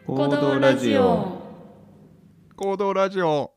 行動ラジオ。 行動ラジオ。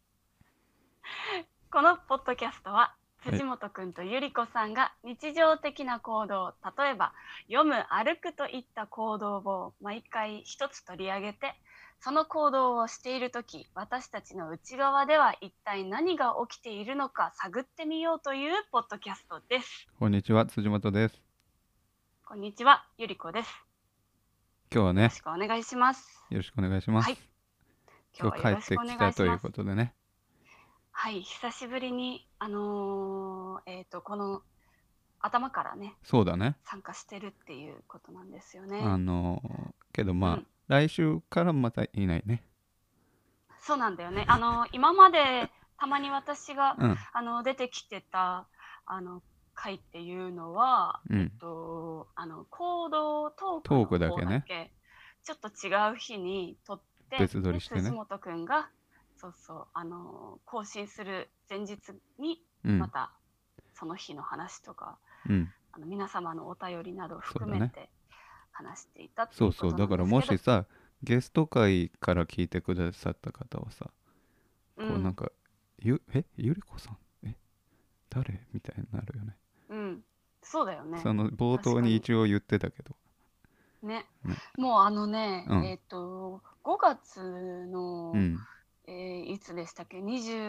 このポッドキャストは辻本くんとゆりこさんが日常的な行動、例えば読む、歩くといった行動を毎回一つ取り上げて、その行動をしているとき、私たちの内側では一体何が起きているのか探ってみようというポッドキャストです。 こんにちは、辻本です。 こんにちは、ゆりこです。 今日はね、 よろしくお願いします。 よろしくお願いします。 はい、 今日帰ってきたということでね。 はい、久しぶりにこの頭からね、 そうだね。 参加してるっていうことなんですよね。 けど来週からまたいないね。 そうなんだよね。今までたまに私が、出てきてた回っていうのは、行動トークの方だけちょっと違う日に撮って別撮りしてね。 辻本くんが更新する前日にまたその日の話とか、皆様のお便りなど含めて話していたっていうことなんですけど、 だからもしさ、ゲスト会から聞いてくださった方はさ、こうなんかゆりこさん誰みたいになるよね。 そうだよね。 その冒頭に一応言ってたけどね、もう5月の、いつでしたっけ、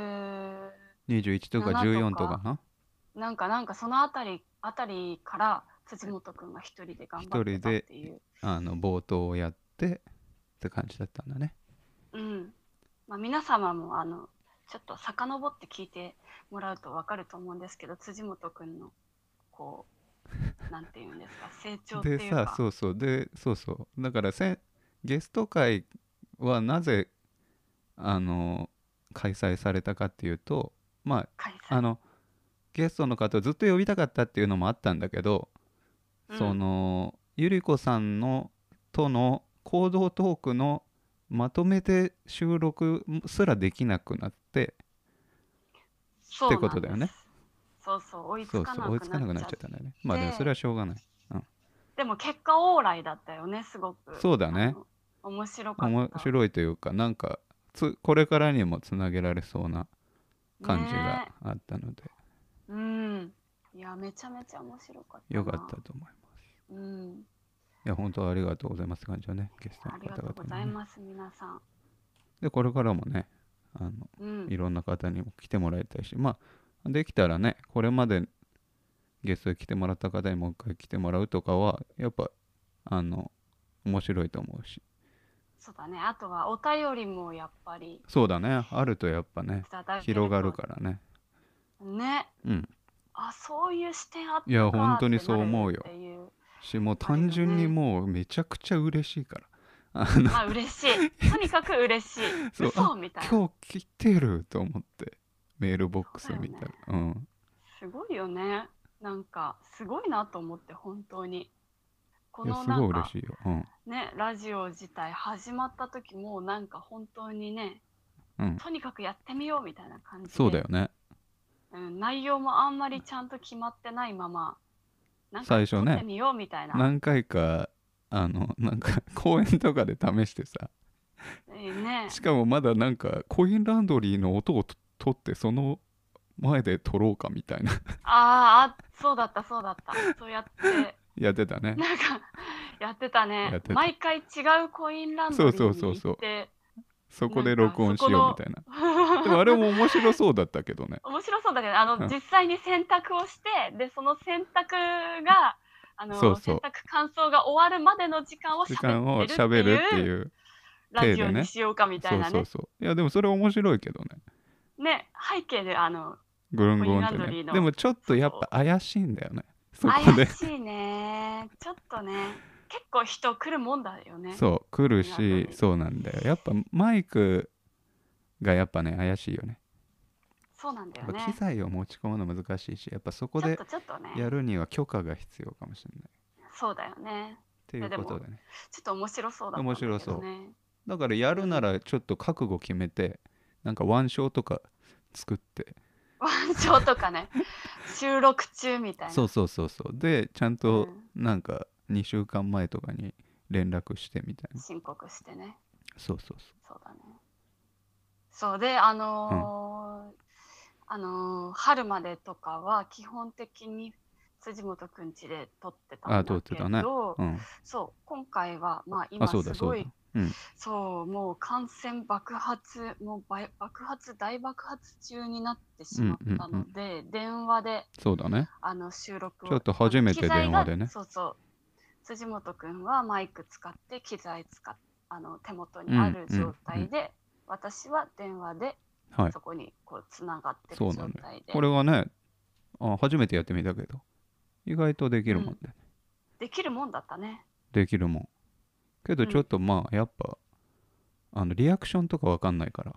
21とか14とかな、 なんかそのあたりから辻本くんが一人で頑張ってたっていう、 冒頭をやってって感じだったんだね。 皆様もちょっと遡って聞いてもらうと分かると思うんですけど、辻本くんのこうなんていうんですか、成長っていうかでさ、だからゲスト会はなぜ開催されたかっていうと、ゲストの方をずっと呼びたかったっていうのもあったんだけど、そのゆりこさんのとの行動トークのまとめて収録すらできなくなってってことだよね。 追いつかなくなっちゃったんだよね。でもそれはしょうがない。 でも結果オーライだったよね、すごく。 そうだね。 面白かった。 面白いというか、なんかこれからにもつなげられそうな感じがあったので、 いや、めちゃめちゃ面白かった。 よかったと思います。いや、本当ありがとうございます感じはね、ゲストの方々に、ね、 ありがとうございます、皆さん。 で、これからもね、いろんな方にも来てもらいたいし、できたらね、これまでゲストに来てもらった方にもう一回来てもらうとかはやっぱ面白いと思うし。 そうだね。あとはお便りもやっぱり、 そうだね、あるとやっぱね広がるからね。 そういう視点あったかってなるっていう。 いや本当にそう思うよ。もう単純にもうめちゃくちゃ嬉しいから。 嬉しい。とにかく嬉しい。嘘みたいな。 今日来てると思ってメールボックス見たら、 すごいよね。なんかすごいなと思って、本当に。 このすごい嬉しいよ。 ラジオ自体始まった時もなんか本当にね、とにかくやってみようみたいな感じで。 そうだよね。 内容もあんまりちゃんと決まってないまま、なんか最初ね、 撮ってみようみたいな。 何回かなんか公園とかで試してさ、しかもまだなんかコインランドリーの音を取ってその前で撮ろうかみたいな。 そうだった。そうやってやってたね。 なんかやってたね。毎回違うコインランドリーに行って、 そこで録音しようみたいな。でもあれも面白そうだったけどね。 面白そうだけど、実際に選択をして、でその選択が選択感想が終わるまでの時間を喋るっていうラジオにしようかみたいなね。 いやでもそれ面白いけどね。背景でぐるんぐるんってね。でもちょっとやっぱ怪しいんだよね。 怪しいね。ちょっとね、結構人来るもんだよね。 そう来るし、そうなんだよ。やっぱマイクがやっぱね怪しいよね。 そうなんだよね。 機材を持ち込むの難しいし、やっぱそこでやるには許可が必要かもしれない。 そうだよね。 っていうことでね。 ちょっと面白そうだったんだけどね。面白そう。 だからやるならちょっと覚悟決めて、なんかワンショーとか作って。 ワンショーとかね。収録中みたいな。 そうでちゃんとなんか2週間前とかに連絡してみたいな。 申告してね。 そうそうそうだね。そうで、 そう。 春までとかは基本的に辻元くん家で撮ってたあ、 んだけ通ってたね。 ど、 うん。 そう今回はまああ、 今そうだそうだ。 すごい、 うん。 そうもう感染爆発、もう爆発大爆発中になってしうんまったうんうん。 ので、電話でそうだね。 収録を、 ちょっと初めて機材が、 電話でね。 そうそう、辻元くんはマイク使って機材使っ手元にあうんる状うんうん。 態で、私は電話ではい。 そこにこうつながってる状そうなんだよ。 態で、 これはね、初めてやってみたけど、意外とできうん、 るもんで、ね。 できるもんだったね。 できるもん。けどちょっうん、 とまあ、やっぱ、リアクションとかわかんないから。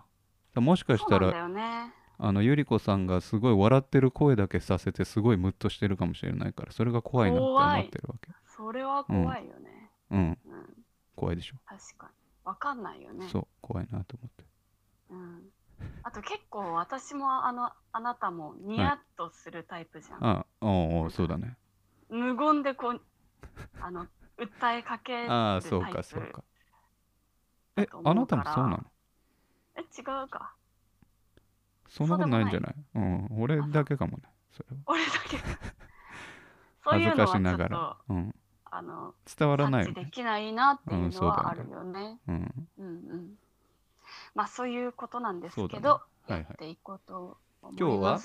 もしかしたら、 そうなんだよね。 ゆり子さんがすごい笑ってる声だけさせて、すごいムッとしてるかもしれないから、それが怖いなって思怖い。 ってるわけ。 それはうん。 怖いよね。 うん。 うん、 怖いでしょ。 確かに。わかんないよね。 そう、怖いなと思って。 うん。あと結構私もあなたもニはい。 ヤッとするタイプじゃん。 おうおう、 なんかそうだね。 無言でこう、あの、訴えかけああ、 るそうタイプかそうか。あなだと思うたもそうなの？ から、違うか。 そんなそうでもない。 ことないんじゃない？うん、俺あ、そう。 だけかもね。それは。 俺だけか。そう恥ずかいうのはしながら。 ちょっと、 うん。 あの、 伝わら察ないよね。 知できないなっていううん、 のはあそうだよね。 るよね。 うん。 うんうん。まあそういうことなんですそうだね。 けど、やっはいはい。 ていこうと思い今日はます。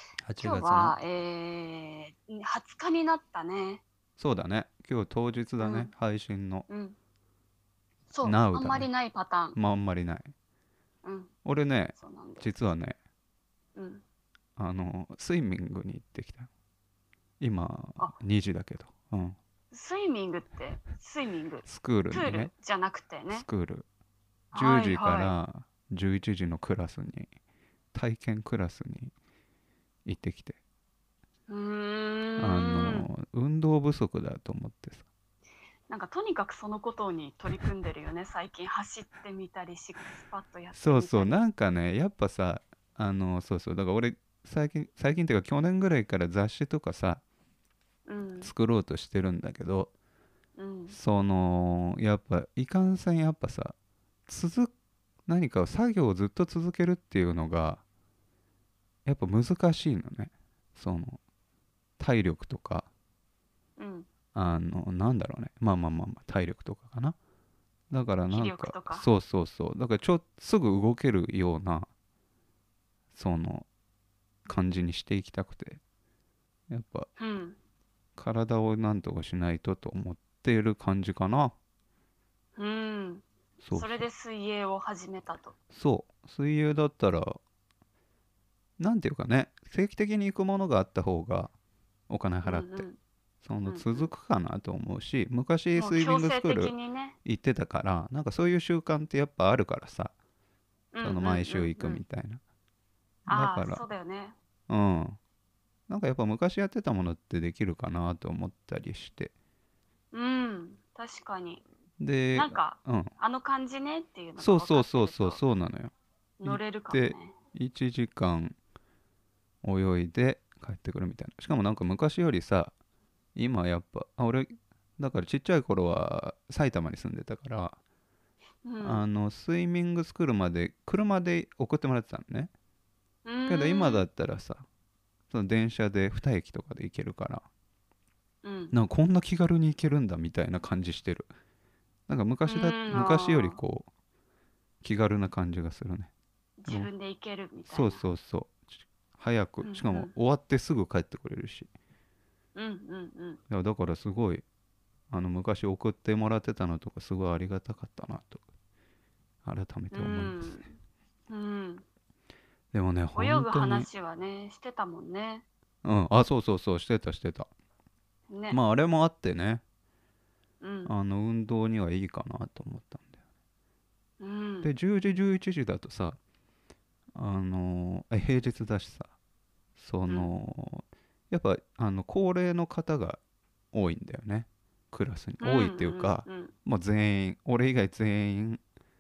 8月の、 今日は、20日になったね。 そうだね。今日当日だね。 うん、 配信のうん。そう、 Now だね。 あんまりないパターン。 まああんまりない。 うん、 俺ね、 そうなんです。 実はね、 うん。 スイミングに行ってきた。今、 あ、 2時だけど。うん。 スイミングって、スイミング、 スクールプーにね、 ルじゃなくてね。 スクール。10 はい時かはい。 ら11時のクラスに、体験クラスに行ってきて。 うーん。 運動不足だと思ってさ。 なんかとにかくそのことに取り組んでるよね。最近走ってみたり、シックスパッドやってそうそう、 みたり。 なんかね、やっぱさ、そうそう、だから俺、最近っていうか去年ぐらいから雑誌とかさ、 うん、 作ろうとしてるんだけど、 うん、 やっぱ、いかんせんやっぱさ、続何かを作業をずっと続けるっていうのが、やっぱ難しいのね。体力とか、 うん。 なんだろうね。まあ、体力とかかな。だから気なんか、 力とか。 そうそうそう。だからすぐ動けるような、その、感じにしていきたくて、やっぱ、 うん、 体をなんとかしないとと思っている感じかな。 うん。 そうそう。 それで水泳を始めたと。 そう。水泳だったら、なんていうかね、定期的に行くものがあった方が、お金うん、う払って、 ん、うん、うん。 続くかなと思うし、昔もうスイミングス強制クール的にね。 行ってたから、なんかそういう習慣ってやっぱあるからさ、 うん、うん、 毎うん、 週行くうん。 みたいな。だああ、 から、 そうだよね。 うん。なんかやっぱ昔やってたものってできるかなと思ったりして。 うん、確かに。なで、 んか、 うん。 あの感じねっていうのそうそうが分かってそうそう、 るとそうなのよ。行っ乗れるかもて、 ね。 1時間泳いで帰ってくるみたいな。しかもなんか昔よりさ、今やっぱ、俺、だからちっちゃい頃は埼玉に住んでたから、 うん。 スイミングスクールまで車で送ってもらってたのね。 うけど今ーん。 だったらさ、その電車で2駅とかで行けるから、 うん。 なんかこんな気軽に行けるんだみたいな感じしてる。なんかうーん。 昔よりああ。 こう、気軽な感じがするね。で自も、 分で行けるみたそういな。 そうそう。早く、 うんしかうん。 も終わってすぐ帰ってくれるし。 うんうんうん。 いやだからすごい、昔送ってもらってたのとかすごいありがたかったなと、改めうて思いますね。 ん。うん。 でもね、 泳ぐ本当に、 話はね、してたもんね。 うん、あ、そうそうそう、してたしてた。 ね。 まあ、あれもあってね、 うん。 運動にはいいかなと思ったんだよ。 うん。 で、10時、11時だとさ、平日だしさ、 うん。 やっぱ、高齢の方が多いんだよね、クラスに。 うんう多いっていうか、 んうん。 もう全員、俺以外全員、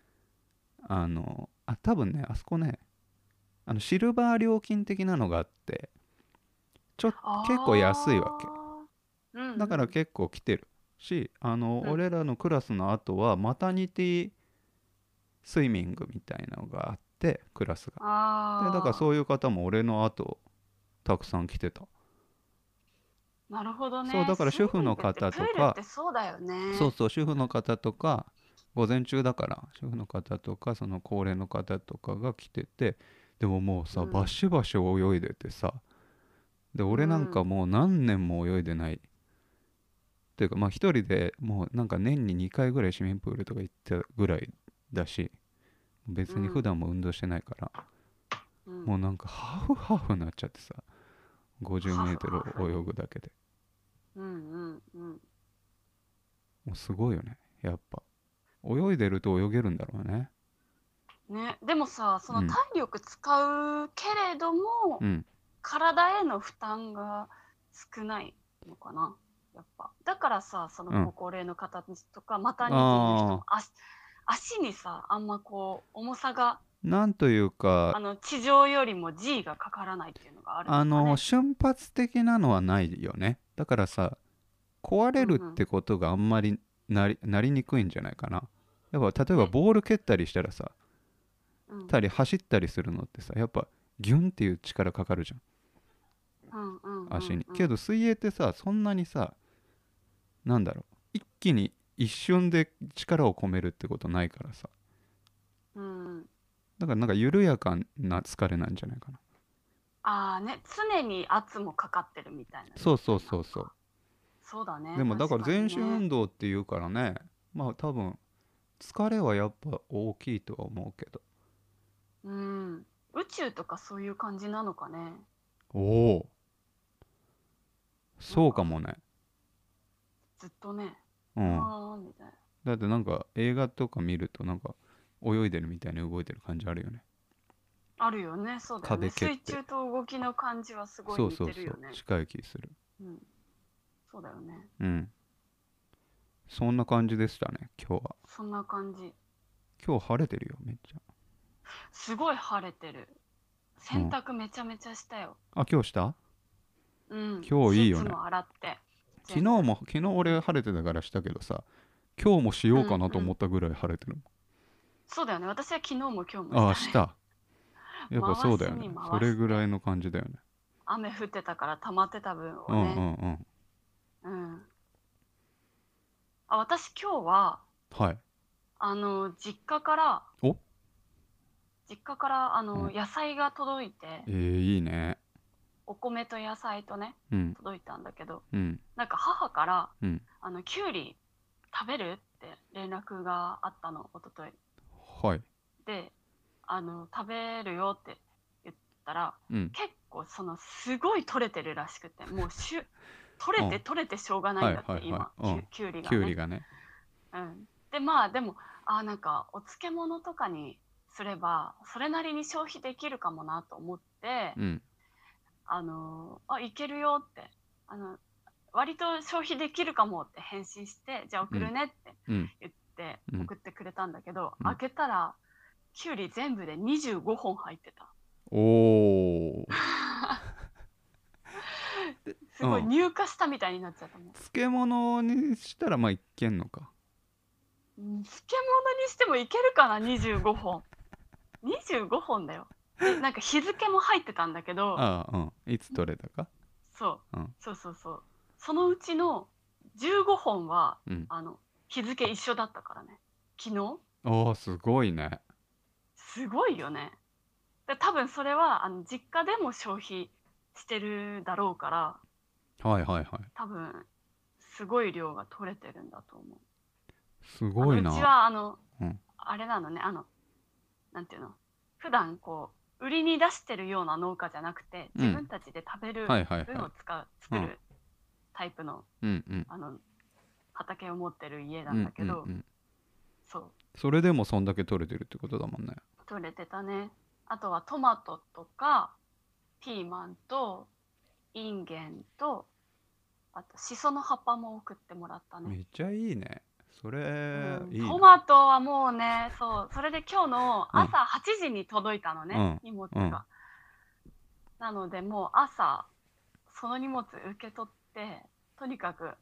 多分ね、あそこね、シルバー料金的なのがあって、結構安いわけ。 ああ。うんだからうん。 結構来てる。 し、 うん。 俺らのクラスの後はマタニティスイミングみたいなのがあって、クラスが。でだからあそういう方も俺の後たくさん来てた。 あ、なるほどそうね。 だから主婦スイミンの方グってプーとか、 ルってそうだよね。 そうそう、主婦の方とか、午前中だから主婦の方とかその高齢の方とかが来てて、でももうさバうん。 シバシ泳いでてさ、でう俺なんかん。 もう何年も泳いでないっていうか、まあ一人でもうなんか年に2回ぐらい市民プールとか行ったぐらいだし、別に普うん。 段も運動してないから、 うん。 もうなんかハーフハーフになっちゃってさ、50メハフートルハフね。 泳ぐだけで。 うんうんうん。 もうすごいよね、やっぱ。泳いでると泳げるんだろうね。 ね、でもさ、その体うん、 力使うけれども、 うん。 体への負担が少ないのかな、やっぱ。だからさ、そのうん。 ご高齢の方とか、マタニティの人もああ、 足にさ、あんまこう、重さが、 なんというか、 地上よりも G がかからないっていうのがあるのかね。 瞬発的なのはないよね。だからさ、壊れるっうんうん。 てことがあんまりなりにくいんじゃないかな。やっぱ例えばね。 ボール蹴ったりしたらさ、 うん。 走ったりするのってさ、やっぱギュンっていう力かかるじゃん、 うんうんう足に。 んうん。 けど水泳ってさ、そんなにさ、なんだろう、一気に一瞬で力を込めるってことないからさ、 うん。 だからなんか緩やかな疲れなんじゃないかな。 ああね、常に圧もかかってるみたいなそうそう状態なそうそう。 のか。そうだね、 でもだか確かにら全身ね。 運動っていうからね、まあ多分疲れはやっぱ大きいとは思うけど。 うん。宇宙とかそういう感じなのかね。 おお、 なんか、 そうかもね。 ずっとね、 うん。 あーみたいな。 だってなんか映画とか見るとなんか泳いでるみたいに動いてる感じあるよね。 あるよね、そうだよね。 壁蹴って。 水中と動きの感じはすごいそう似そうそう。 てるよね。 近い気する。 うん。そうだよね。 うん。そんな感じでしたね、今日は。 そんな感じ。 今日晴れてるよ、めっちゃ。 すごい晴れてる。 うん。 洗濯めちゃめちゃしたよ。 あ、今日した？ うん。 今日いいよね。 シーツも洗って、全部。 昨日俺晴れてたからしたけどさ、今日もしうようかなとんうん。 思ったぐらい晴れてるそうだよね。私は昨日も今日ももん。ああ、 したね。 した。やっぱそ回うだよね。 しに回それして。 ぐらいの感じだよね。 雨降ってたから溜まってた分うんうをね。 んうん。 うん。あ、私今日は、 はい。 実家から、 お、うん。 野菜が届いて、 いいね。 お米と野菜とね、 うん。 届いたんだけど、 うん。 なんか母から、 うん。 きゅうり食べるって連絡があったの、おととい。 はい。 で、食べるよって言ったら、 うん。 結構すごい取れてるらしくて、もう取うん。 れて取れてしょうがないはんだって、 いはいはい。 今、 うん。 きゅうりきゅがね。 うりがね。 うん。で、まあ、でも、なんか、お漬物とかにすれば、それなりに消費できるかもなと思って、 うん。 いけるよって、あの、割と消費できるかもって返信して、じゃあうん。 送るねってうん。 言ってうん。 送ってくれたんだけど、 うん。 開けたら、きゅうり全部で25本入ってた。 おお。 すごいうん。 入荷したみたいになっちゃったもん。 漬物にしたらまあいけんのか。 漬物にしてもいけるかな、25本。25本だよ。で、なんか日付も入ってたんだけど、 ああ、うん。いつ取れたか。 そう、 うん。 そうそうそう。そのうちの15本は、 うん。 日付一緒だったからね。昨日おお、すごいね。 すごいよね。で、多分それは、実家でも消費してるだろうから、 はいはいはい。 多分、すごい量が取れてるんだと思う。 すごいな。 うちは、 うん。 あれなのね、なんていうの、普段こう、売りに出してるような農家じゃなくて、自うん。 分たちで食べるはいはいはい。 分をうん。 作るタイプの、 うんうん。 あの、畑を持ってる家なんだうんうけど、 んうん。 そう、 それでもそんだけ取れてるってことだもんね。 取れてたね。あとはトマトとか、ピーマンと、インゲンと、あとシソの葉っぱも送ってもらったね。 めっちゃいいね。それ、 うん、 いいな。 トマトはもうね、そう、それで今日のうん。 朝8時に届いたのね、 うん。 荷物うん。 が。なのでもう朝、その荷物受け取って、とにかく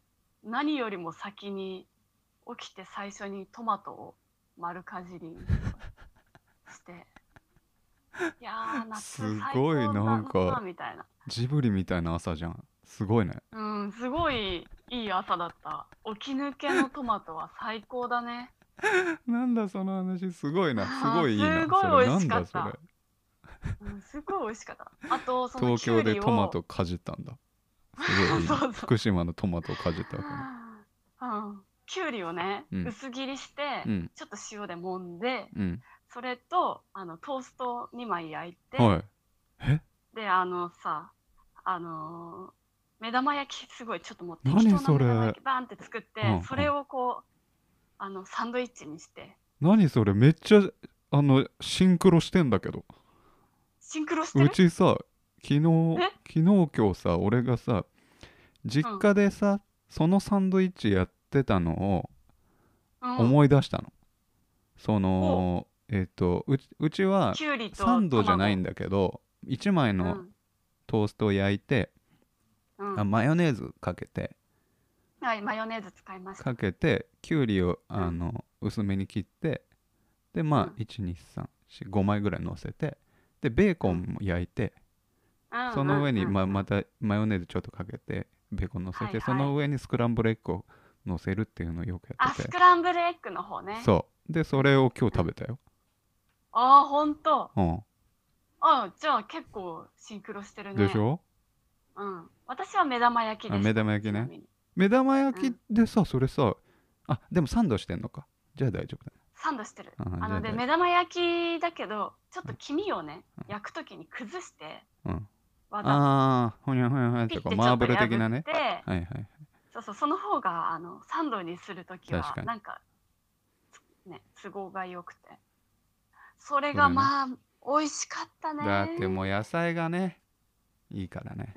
何よりも先に起きて最初にトマトを丸かじりして、いやー夏す最ごいな高だんかなみたいな。 ジブリみたいな朝じゃん。すごいね。 うん、すごいいい朝だった。起き抜けのトマトは最高だね。 なんだその話、すごいな。すごいいいな。 すごそれない美味しんだそれ。 かった。うん、すごい美味しかった。あと、その東きゅう京でトマりを、 トかじったんだ。すごいいいな。 そうそう。 福島のトマトをかじったわけね。 うん、きゅうりをね、 うん薄切りして、 うんちょっと塩で揉んで、 うん。 それと、トースト2枚焼いて、 はい。え、 で、あのー目玉焼きすごいちょっともう適何当な目玉それ。 焼きバーンって作っうんうて、それん。 をこう、サンドイッチにして、 何それ、めっちゃシンクロしてんだけど。 シンクロしてる。 うちさ、昨日え昨日今日さ、俺がさ実うん。 家でさそのサンドイッチやってたのをうん。 思い出したの。そほう。 のうちはきゅうりサンドじゃないと卵。 んだけど、1枚のうん。 トーストを焼いて、 うん。 マヨネーズかけてはい、マヨネーズ使いました。 きゅうりをうん。 薄めに切って、でまあうん。 12345枚ぐらい乗せて、でベーうん。 コンも焼いて、 うん。 その上に、 うん。うん。 またマヨネーズちょっとかけてベーコン乗せて、そはいはい。 の上にスクランブルエッグを乗せるっていうのをよくやってあ、スて、 クランブルエッグの方ね。 そうでそうん。 れを今日うん。 食べたよ。 ああ、ほんと。 うんあ、じゃあ結構シンクロしてるね。 でしょ。 うん。私は目玉焼きでし目た。 玉焼きね。 ちなみに。 目玉焼きうん。 でさ、それさ、でもサンドしてんのか。じゃあ大丈夫サンドしてる。で、 じゃあ大丈目玉焼きだけど、ちょっと黄身をね、 夫。 焼くときに崩して、 うん。 わざと。 ああ、ほにゃほにゃほにゃってピッてちょマーブルっと破っ的なね。 て、 はいはい。 そうそう、その方が、サンドにするときは、 確かに。 なんか、ね、都合が良くて。それそれね。 がまあ、美味しかったね。 だってもう野菜がね、いいからね。 うん、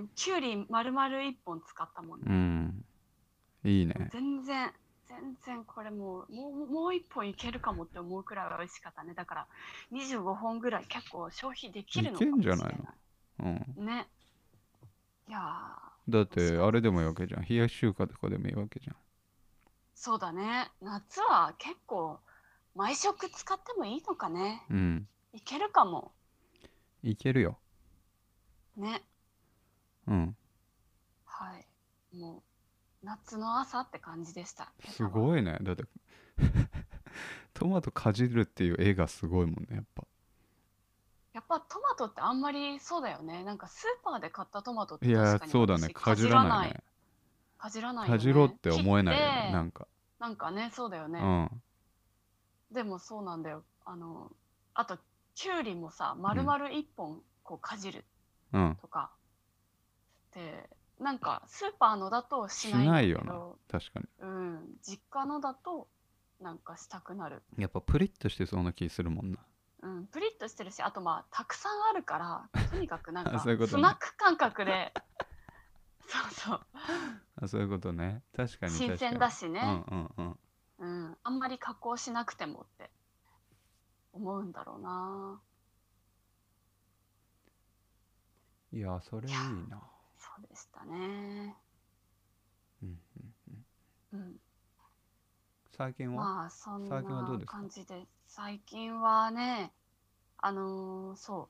きゅうり丸々1本使ったもんうね。 ん。いいもうね。 全然これもう1本いけるかもって思うくらい美味しかったね。だから25本ぐらい結構消費できいけるのかんじゃないもしれなの。うん。 い。ね。いやだっ美味してあれでかったです。 もいいわけじゃん。冷やし中華とかでもいいわけじゃん。 そうだね。夏は結構毎食使ってもいいのかね。 うん。 いけるかも。 いけるよ。 ね。 うん。 はい。もう夏の朝って感じでした、今す朝は。 ごいね。だってトマトかじるっていう絵がすごいもんね、やっぱ。 やっぱトマトってあんまりそうだよね。なんかスーパーで買ったトマトっていやー、 確かにそうだね。 私かかじじらない。 らないね。 かじらないかじろうっよね。 て切っ思えないよね。なて、 んか。 なんかね、そうだよね。 うん。 でもそうなんだよ。あと、きゅうりもさ、丸うん。 々一本こうかじるうん。 とかで、なんかスーパーのだとししないんだないよな。 けど、 確かに。 うん、実家のだとなんかしたくなる。 やっぱプリッとしてそうな気するもんな。 うん、プリッとしてるし、あとまあ、たくさんあるから、とにかくなんあ、 か、 そういうことね。 スナック感覚で、そうそう、 あ、そういうことね。確かに新鮮確かに。うんだしね、 うんうん。 うん、あんまり加工しなくてもって思うんだろうな。 いや、それいや、 いいな。 そうでしたね。 うんうん。 うん、 最近はまあ、そん最近はどうなですか？ 感じで、最近はね、そう、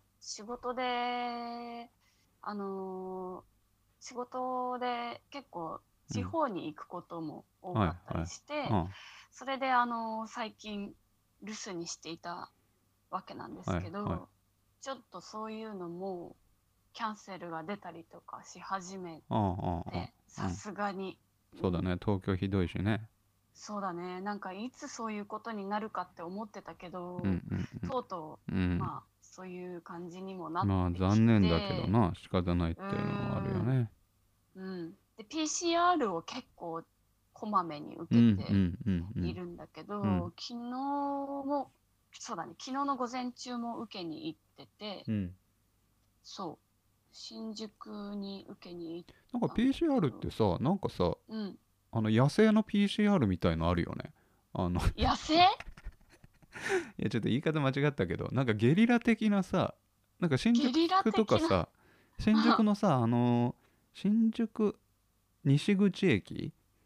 あのー仕事で結構地うん。 方に行くことも多はいかったりはい。 して、 うん。 それで最近留守にしていたわけなんですはいはい。 けど、ちょっとそういうのもキャンセルが出たりとかし始めうんうんうん。 て、さうん。 すがに、うん、 そうだね。東京ひどいしね。 そうだね。なんかいつそういうことになるかって思ってたけど、 うんうんとうとうん。うう、 ん。 まあ、そういう感じにもなっまあてき残念だけどて、 な、仕方ないっうーていうのはあるよん、 ね。 うん。で、PCR を結構こまめにうん受けてうんうんうんいるんだけうん。 ど、昨日も、そうだね、昨日の午前中も受けに行ってて、 うん。 そう、新宿に受けに行っなんかたんだけ PCR ってど、 さ、なんかさ、 うん。 野生の PCR みたいのあるよね。 野生。 いやちょっと言い方間違ったけど、なんかゲリラ的なさ、なんか新ゲリラ宿とか的な。 さ、新宿のさ、新宿西口駅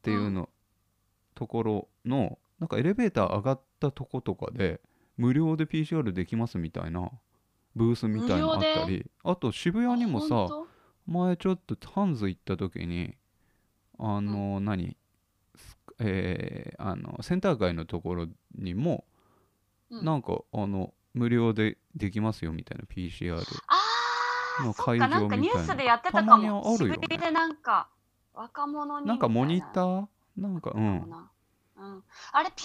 っていうの、ところのなんかエレベーター上がったとことかで無料で PCR できますみたいなブースみ無たいのあった料で。 り、あと渋あ、 谷にもさ、 ほんと。 前ちょっとハンズ行った時にうん。 何、センター街のところにもうん。 なんか無料でできますよみたいな PCR あのそっか、 会場なんかニューみたいなスでやってたまにあたかも。渋るよね。 谷でなんか若者になんかモみたいな。 ニターなんあっかたかもな。うん。あれ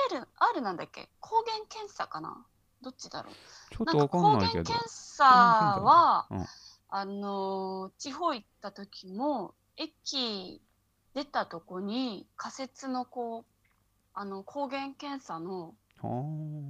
PCR なんだっけ？抗原検査かな？どっちだろう。なんかちょっとわかん抗原ないけど、 検査抗原検査なは、 の。 地方行った時も、駅出たとこに仮設の抗原検査の、 うん。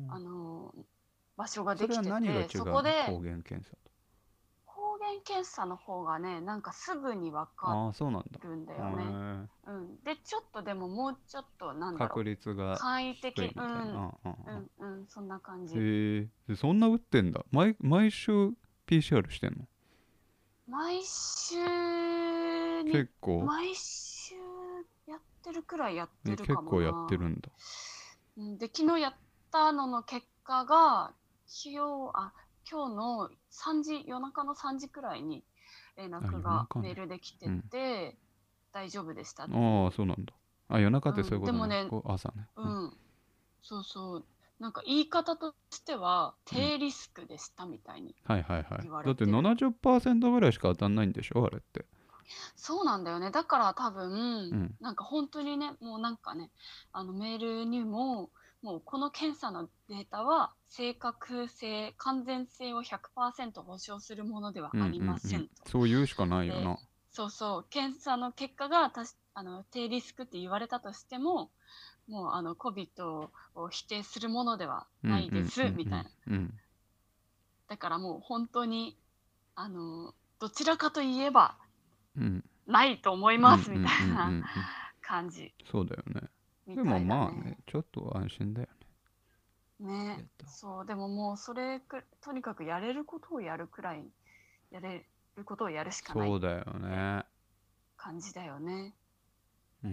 はあ。 あのー場所がでそれは何が違きてて、そこうの、 で抗原検査と。 抗原検査の方がね、なんかすぐにわかああ、そうなんだ。 るんだへよね。 え。 うん。で、ちょっとでももうちょっと、なんだろ確う。 率が簡易的、 低いみたいな。 そんな感じ。 へえ。でそんな打ってんだ。毎週 PCR してんの？ 毎週に、 結構毎週やってるくらいやってるかも結構やってるな。 んだ。 で、昨日やったのの結果が、あ、今日の夜中の3時くらいに連あ、 絡がメー夜中ね。 ルで来てうん。 て、大丈夫でしたってああ、 いう。 そうなんだ。あ、夜中ってそういうことね。 でもね、 こう朝ね。うん。 うん、そうそう、なんか言い方としては、 うん。 低リスクでしたみたいにはいはいはい。 言わだってれてる。 70%ぐらいしか当たんないんでしょあれって。 そうなんだよね。だから多分、 うん。 なんか本当にね、もうなんかね、メールにも、もうこの検査のデータは正確性、完全性を100%保証するものではうんうありまんうん。 せんと。 そう言うしかないよで、 な。 そうそう、検査の結果が低リスクって言われたとしても、もうCOVID を否定するものではうんうないです、 んうんみたいな。 うんうん。 だからもう本当に、どちらかといえばうんないと思いうんうますみたいんうんうなんうん。 感じそうだよね。 みたでもいだね。 まあね、ちょっと安心だよね。やね、 った方そう、でももうとにかくやれることをやるくらい、やれることをやるしかないっそうだよてね。 感じだよね。 うん。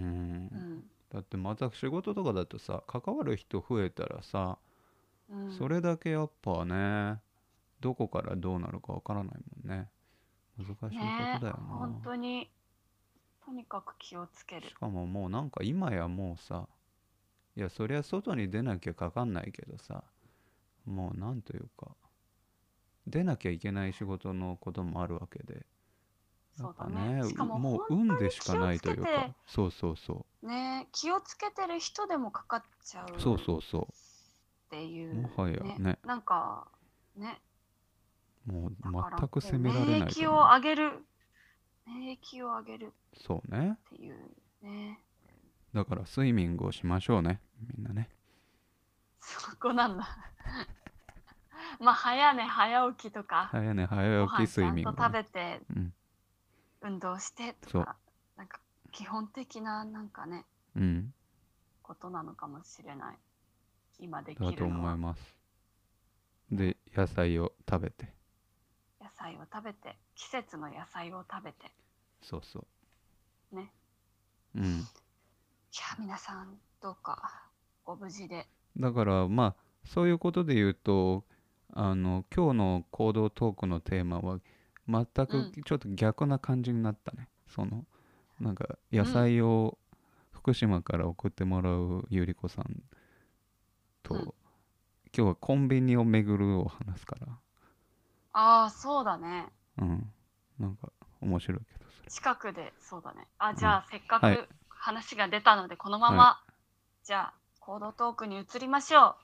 うん、 だってまた仕事とかだとさ、関わる人増えたらさ、 うん。 それだけやっぱね、どこからどうなるかわからないもんね。難しいことね、 だよ本な。 当に、とにかく気をつける。 しかももうなんか今やもうさ、いやそりゃ外に出なきゃかかんないけどさ、もうなんというか、出なきゃいけない仕事のこともあるわけで、やっそうだね。 ぱね、 しかもも本う運で当にしかないというか、そうそうそ気をつけてる人でもかかっちゃうう、そうそうそっていう、もうはやね、 ね、 なんかね、 もうだから全くもう責められないと免疫を思う。 上げる、免疫を上げるそうね。 っていうね、 だからスイミングをしましょうね、みんなね。 そこなんだ。まあ早寝早起きとか、 早寝早ご起きス飯ちゃんとイミングね。 食べてうん、 運動してとそか、なんか基本的ななんかね、 う、うん、 ことなのかもしれない。今でだときるのは。 思います。 ね、 で、野菜を食べて、 野菜を食べて、季節の野菜を食べて、 そうそね。 う、うん。 いや、皆さん、どうか、ご無事で。 だからまあ、そういうことで言うと、今日の行動トークのテーマは、全くうん、 ちょっと逆な感じになったね。なんか、野うん。 菜を福島から送ってもらうゆり子さんうん。 と、今日はコンビニを巡るを話すから、 ああ、そうだね。 うん。なんか、面白いけど、それ近くで、そうだね。あ、じは。うん。 ゃあ、せっかはい。 く話が出たので、このまはい。 ま、じゃあ、行動トークに移りましょう。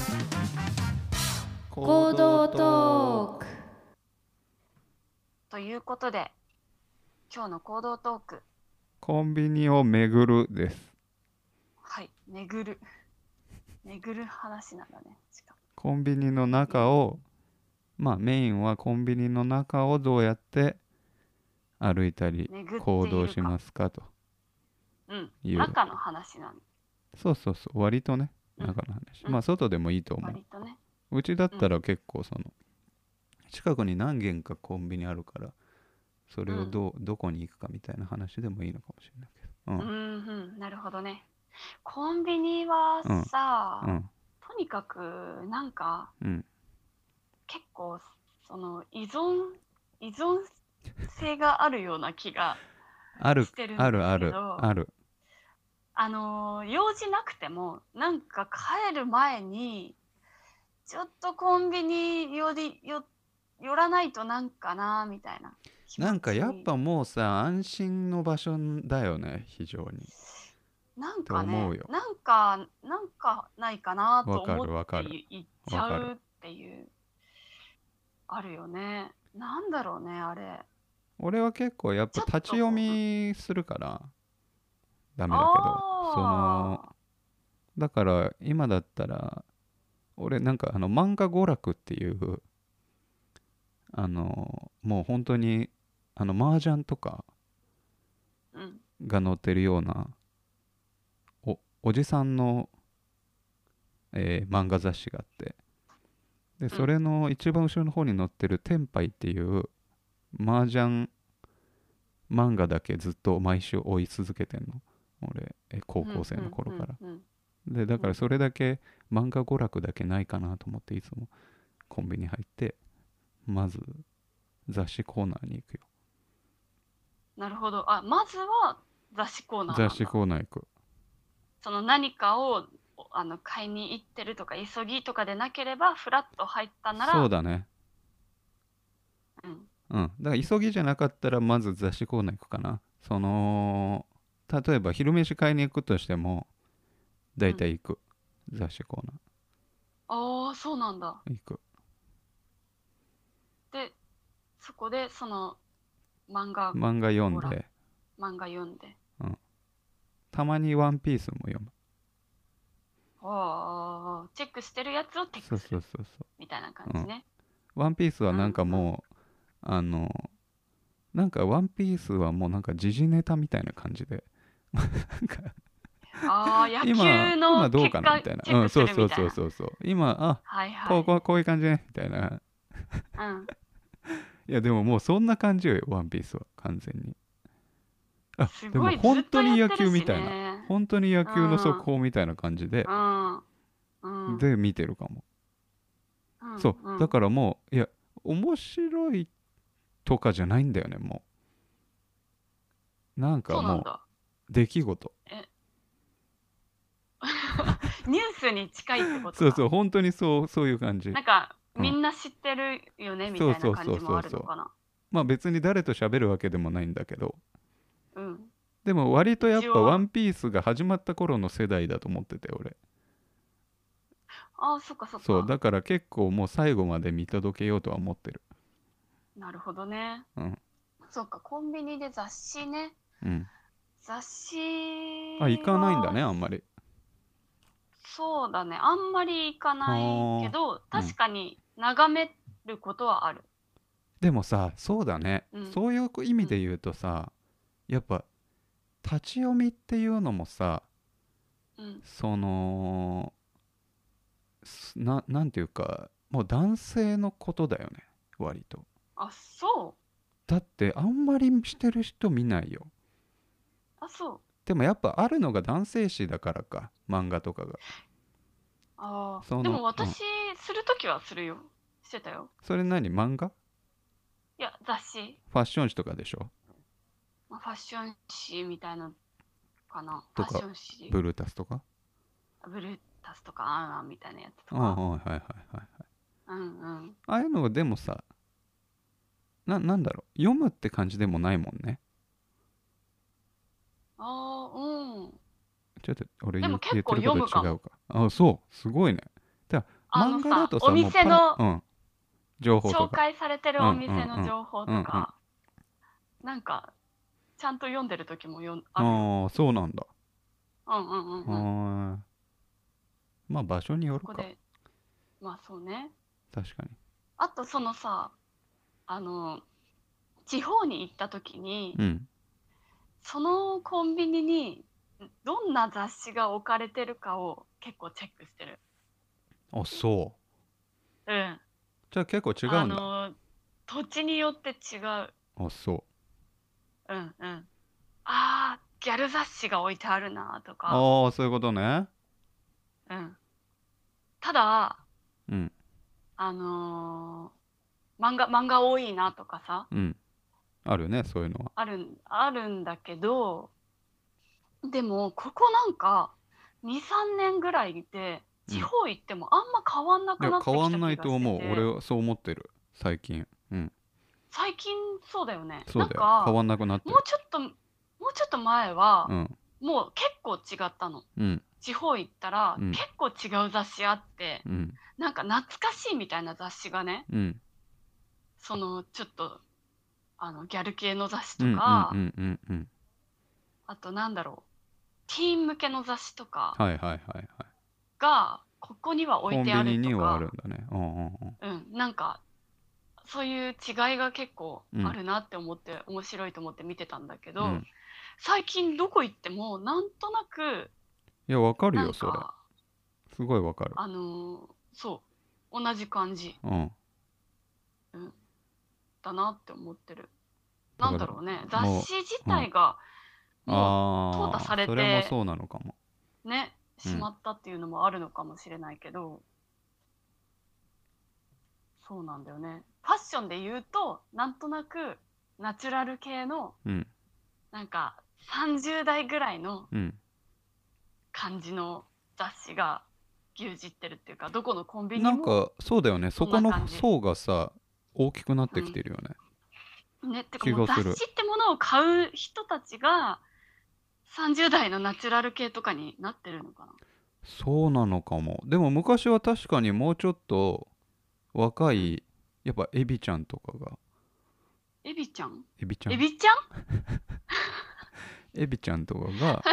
行動トーク。 ということで、今日の行動トーク、 コンビニを巡るです。 はい、巡る。巡る話なんだね。しかコンビニのも。 中を、まあメインはコンビニの中をどうやって歩いたり巡っ行動しているか。 ますかとうん。 いう。 中の話なんだ。 そうそうそう、割とね、 うん。 中の話。 うん。 まあ外でもいいと思割とね。 う。うちだっうん。 たら結構近くに何軒かコンビニあるから、それをうん。 どこに行くかみたいな話でもいいのかもしれないけど。 うんうん、なるほどね。コンビニはうんさ、 うんとにかくなんかうん結構その依存性があるような気があるしてるんですあるあるけど、 ある。 用事なくてもなんか帰る前にちょっとコンビニ寄らないとなんかなみたいな気な持ちに、 んかやっぱもうさ、安心の場所だよね、非常に。っなんてかね、 思うよ。 なんかないかなとわか思っるわかるて言っちわかる。 ゃうっていう、あるよね。なんだろうね、あれ。 俺は結構やっぱちょっ立ち読とみするからダメだけど、 あだから今だったら、俺なんか漫画娯楽っていう、もう本当に麻雀とかあ、うん、 が載ってるようなおじさんの、漫画雑誌があって、でうん、 それの一番後ろの方に載ってる「天杯」っていう麻雀漫画だけずっと毎週追い続けてんの、俺高うん、 校生うん、うん、 の頃から。 うん、 でだうん。 からそれだけ漫画娯楽だけないかなと思っていつもコンビニ入ってまず雑誌コーナーに行くよ。 なるほど。あ、まずは雑誌コーナー雑誌なんだ。 コーナー行く。 その何かを買いに行ってるとか急ぎとかでなければフラッと入ったなら、 そうだね。 うん、 うんだから急ぎじゃなかったらまず雑誌コーナー行くかな。例えば昼飯買いに行くとしてもだうん。 いたい行く。雑誌コーナああ、そうなんだ。 ー行く。 で、そこでその漫画漫画読ん娯楽、 で、 漫画読んで、 うん、たまにワンピースも読む。 ああ、チェックしてるやつをチェッそうクするそうそうそみたいな感う。うん。 じね。 ワンピースはうん、 なんかうん。 もう、なんかワンピースはもうなんか時事ネタみたいな感じで、なんかああ、野球今どうの結果かなみたいな。うん、 チェックすそうそうそうるみたいな。 そうそう。今、 はいはい。 こういう感じね、みたいな。 うん。 いや、でももうそんな感じよ、ワンピースは、完全に。でもすごいずっと本当に野やってるし球みたいな。 ね。 本当に野う球の速ん。 報みたいな感じで、 うん。うん。 で、見てるかも。 うん。 そう、 うん。 だからもう、いや、面白いとかじゃないんだよね、もう。なんかもそうなんだ。 う、出来事。 え、ニュースに近いってことか。 そうそう、本当にそういう感じ。 なんか、 うん。 みんな知ってるよねみたいなそうそうそう感じもあそうそう。 るのかな。 まあ別に誰と喋るわけでもないんだけど、 うん。 でも割とやっ一応、 ぱワンピースが始まった頃の世代だと思ってて、俺。 ああ、そっかそっそう、 か。 だから結構もう最後まで見届けようとは思ってる。 なるほどね。 うん。 そっか、コンビニで雑誌ね。 うん。 雑誌行かないんだは、 ね、あんまり。 そうだね。あんまり行かないけはど、 あ。うん。 確かに眺めることはある。 でもさ、そうだね。 うん。 そういう意うん。 味で言うとさ、やっぱ立ち読みっていうのもさ、 うん。 その、なんていうか、もう男性のことだよね、割と。 あ、そう。 だってあんまりしてる人見ないよ。 あ、そう。 でもやっぱあるのが男性誌だからか、漫画とかが。 ああ。でもその、うん。 私、するときはするよ。してたよ。 それ何漫画いや、雑誌。 ファッション誌とかでしょまあ、ファッション誌みたいなかな。ファッシとか、 ョン誌。 ブルータスとかブルータスとか、アンアンみたいなやつとああ、 か。 はいはいはいはい。 うんうん。 ああいうのがでもさ、なんだろう、読むって感じでもないもんね。 ああ、うん。 ちょっと俺でも結構言ってること読むかも。 違うか。あ、そう、すごいね。だから漫画だとおさ、もう店の、 うん、情報とか。 紹介されてるおうんうんうん。 店の情報うんうん。 とか、なんか、ちゃんと読んでる時もあるよ。 ああ、そうなんだ。 うんうんうんうん。 はーい。まあ場所によるか。 そこで、まあそうね。 確かに。 あとそのさ、あの、地方に行った時に、 うん。 そのコンビニにどんな雑誌が置かれてるかを結構チェックしてる。 あ、そう。 うん。 じゃあ結構違うんだ。 土地によって違う。 あ、そうんうん。ああ、 ギャル雑誌が置いてあるなとか、 ああ、そういうことね。 うん。ただ、 うん。 漫画多いなとかさ、 うん。あるね、そういうのは。 あるんだけど、でも、ここなんか、2、3年ぐらいで、 うん。 地方行ってもあんま変わんなくいや、 なってきた気変わんないがしてと思う。俺て、 はそう思ってる。最近。うん。 最近そうだよね。なんそうだよ。変か、 わんなくなってる。 もうちょっと、もうちょっと前は、 うん。 もう結構違ったの。 うん。 地方行ったら、 うん。 結構違う雑誌あって、 うん。 なんか懐かしいみたいな雑誌がね、 うん。 ちょっと、ギャル系の雑誌とうん。うん。うか、 ん。うん。うん。 あとなんだろう、ティーン向けの雑誌とかはいはいはいはい。 が、ここには置いコンビてあるニにはあるとか、 んだね。うんうんうん、なんか、そういう違いが結構うん。うん。 あるなって思って、面白いと思って見てたんだけど、 うん。 最近どこ行っても、なんとなく、 いや、わかるなよ、それ。 んか、 すごいわかる。 そう、同じ感じ、 うん。 うん、だなって思ってる。なんだから、 だろうね、雑も誌自う、うん。 体がもう淘汰ああ、 されそれもて、 そうなのかも。 ね、 うん。 しまったっていうのもあるのかもしれないけど、そうなんだよね。ファッションで言うと、なんとなくナチュラル系の、 うん。 なんか30代ぐらいのうん。 感じの雑誌が牛耳ってるっていうか、どこのコンビニもなんか、そうだよね。 そんそこのな感じ。 層がさ、大きくなってきうん。 てるよね。 ね、ってかもう雑気がする。 誌ってものを買う人たちが30代のナチュラル系とかになってるのかな。 そうなのかも。でも昔は確かにもうちょっと若うん。 い、やっぱエビちゃんとかが、 エビちゃんエビちゃんエビちゃんエビちゃんとかが、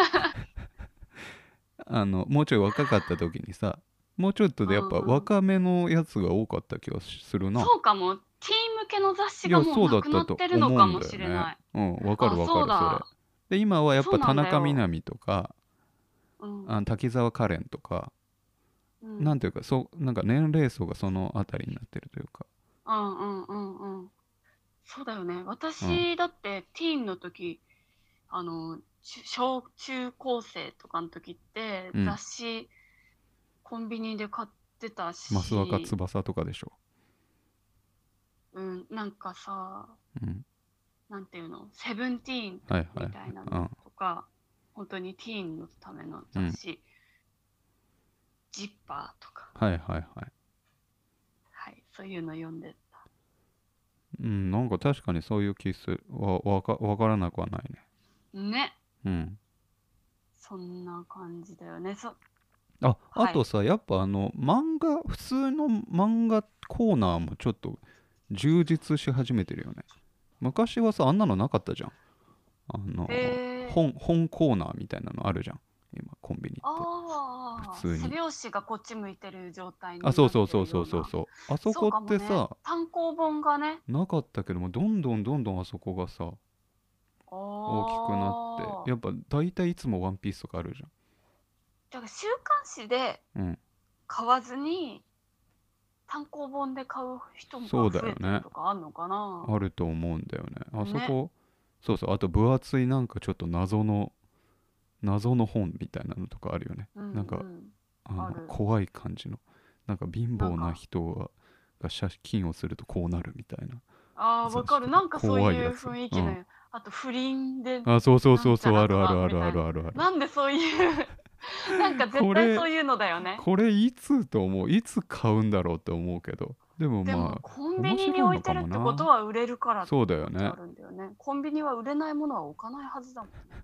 もうちょい若かった時にさ、もうちょっとうでやっぱんうん。 若めのやつが多かった気がするな。 そうかも。ティーン向けの雑誌いや、 がもうそうだっなくなったと思うんてるのかもだよね。 しれない。 うん、わかるあ、 わかる、それ。 そうだ。 で、今はやっそうなぱ田んだよ。 中みな実とか、 うん。 滝沢カレンとか、 うん。 なんていうか、そう、なんか年齢層がそのあたりになってるというか。 うんうんうんうん。そうだよね。 うん、 私だってティーンの時、小中高生とかの時ってうん。 雑誌コンビニで買ってた増若し、 翼とかでしょ。 うん、なんかさ、 うん。 なんていうの、セブンティーンはいはいはい。 みたいなのとか、本当にティーンのためのうん。うん。 雑誌、ジッパーとか、 はいはいはい。 はい、そういうの読んでた。 うん、なんか確かにそういう気する。わからなくはないね。 ね、 うん。 そんな感じだよね。 あはい。 とさ、やっぱ普通の漫画コーナーもちょっと充実し始めてるよね。昔はさ、あんなのなかったじゃん。 へえ。 本コーナーみたいなのあるじゃん。今、コンビニって。普ああ、背通に。 拍子がこっち向いてる状態あ、 になってそうそうそうそるような。 うそうそう。あそそうこっかもね。 てさ、 単行本がね。 なかったけども、どんどんどんどんあそこがさ、大きくなって、 おー。 やっぱ大体いつもワンピースとかあるじだから週刊誌でゃん。うん。 買わずに単行本で買う人そうが増えてるだよね。 とかあんのかな。 あると思うんだよね。あそね。 こ、そうそう、あと分厚いなんかちょっと謎の本みたいなのとかあるよね。 うんなんか、 うん。ある。 怖い感じの。なんか貧乏ななんか、 人が借金をするとこうなるみたいなああ、わかる。 雑誌とか、 なんかそういう怖いやつ。うん。 雰囲気の、あと不倫であ、そうそうなんちゃそうそう、あるあらとかるあるあみたいな。 るあるある。 なんでそういうなんか絶これ、 対そういうのだよね。 これいつと思う、いつ買うんだろうって思うけど、でもでも、 まあ、 コンビニに面白いのか置いてるってこともな。 は売れるからっそうていうことあだよね。 るんだよね。コンビニは売れないものは置かないはずだもんね。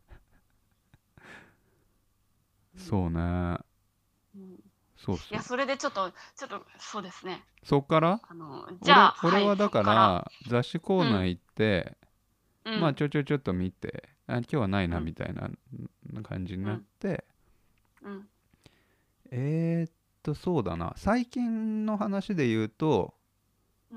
うん。 そうね。 うん、いや、 そうそう。 それでちょっと、そうですね。 そっからじゃあ、はい、 俺はだかそっから。 ら雑誌コーうん、 ナー行って、まあうん、 ちょっと見て、今日はないなうん、 みたいな感じになっうん、 て、 うん、 そうだな。最近の話で言うと、 うん、うん、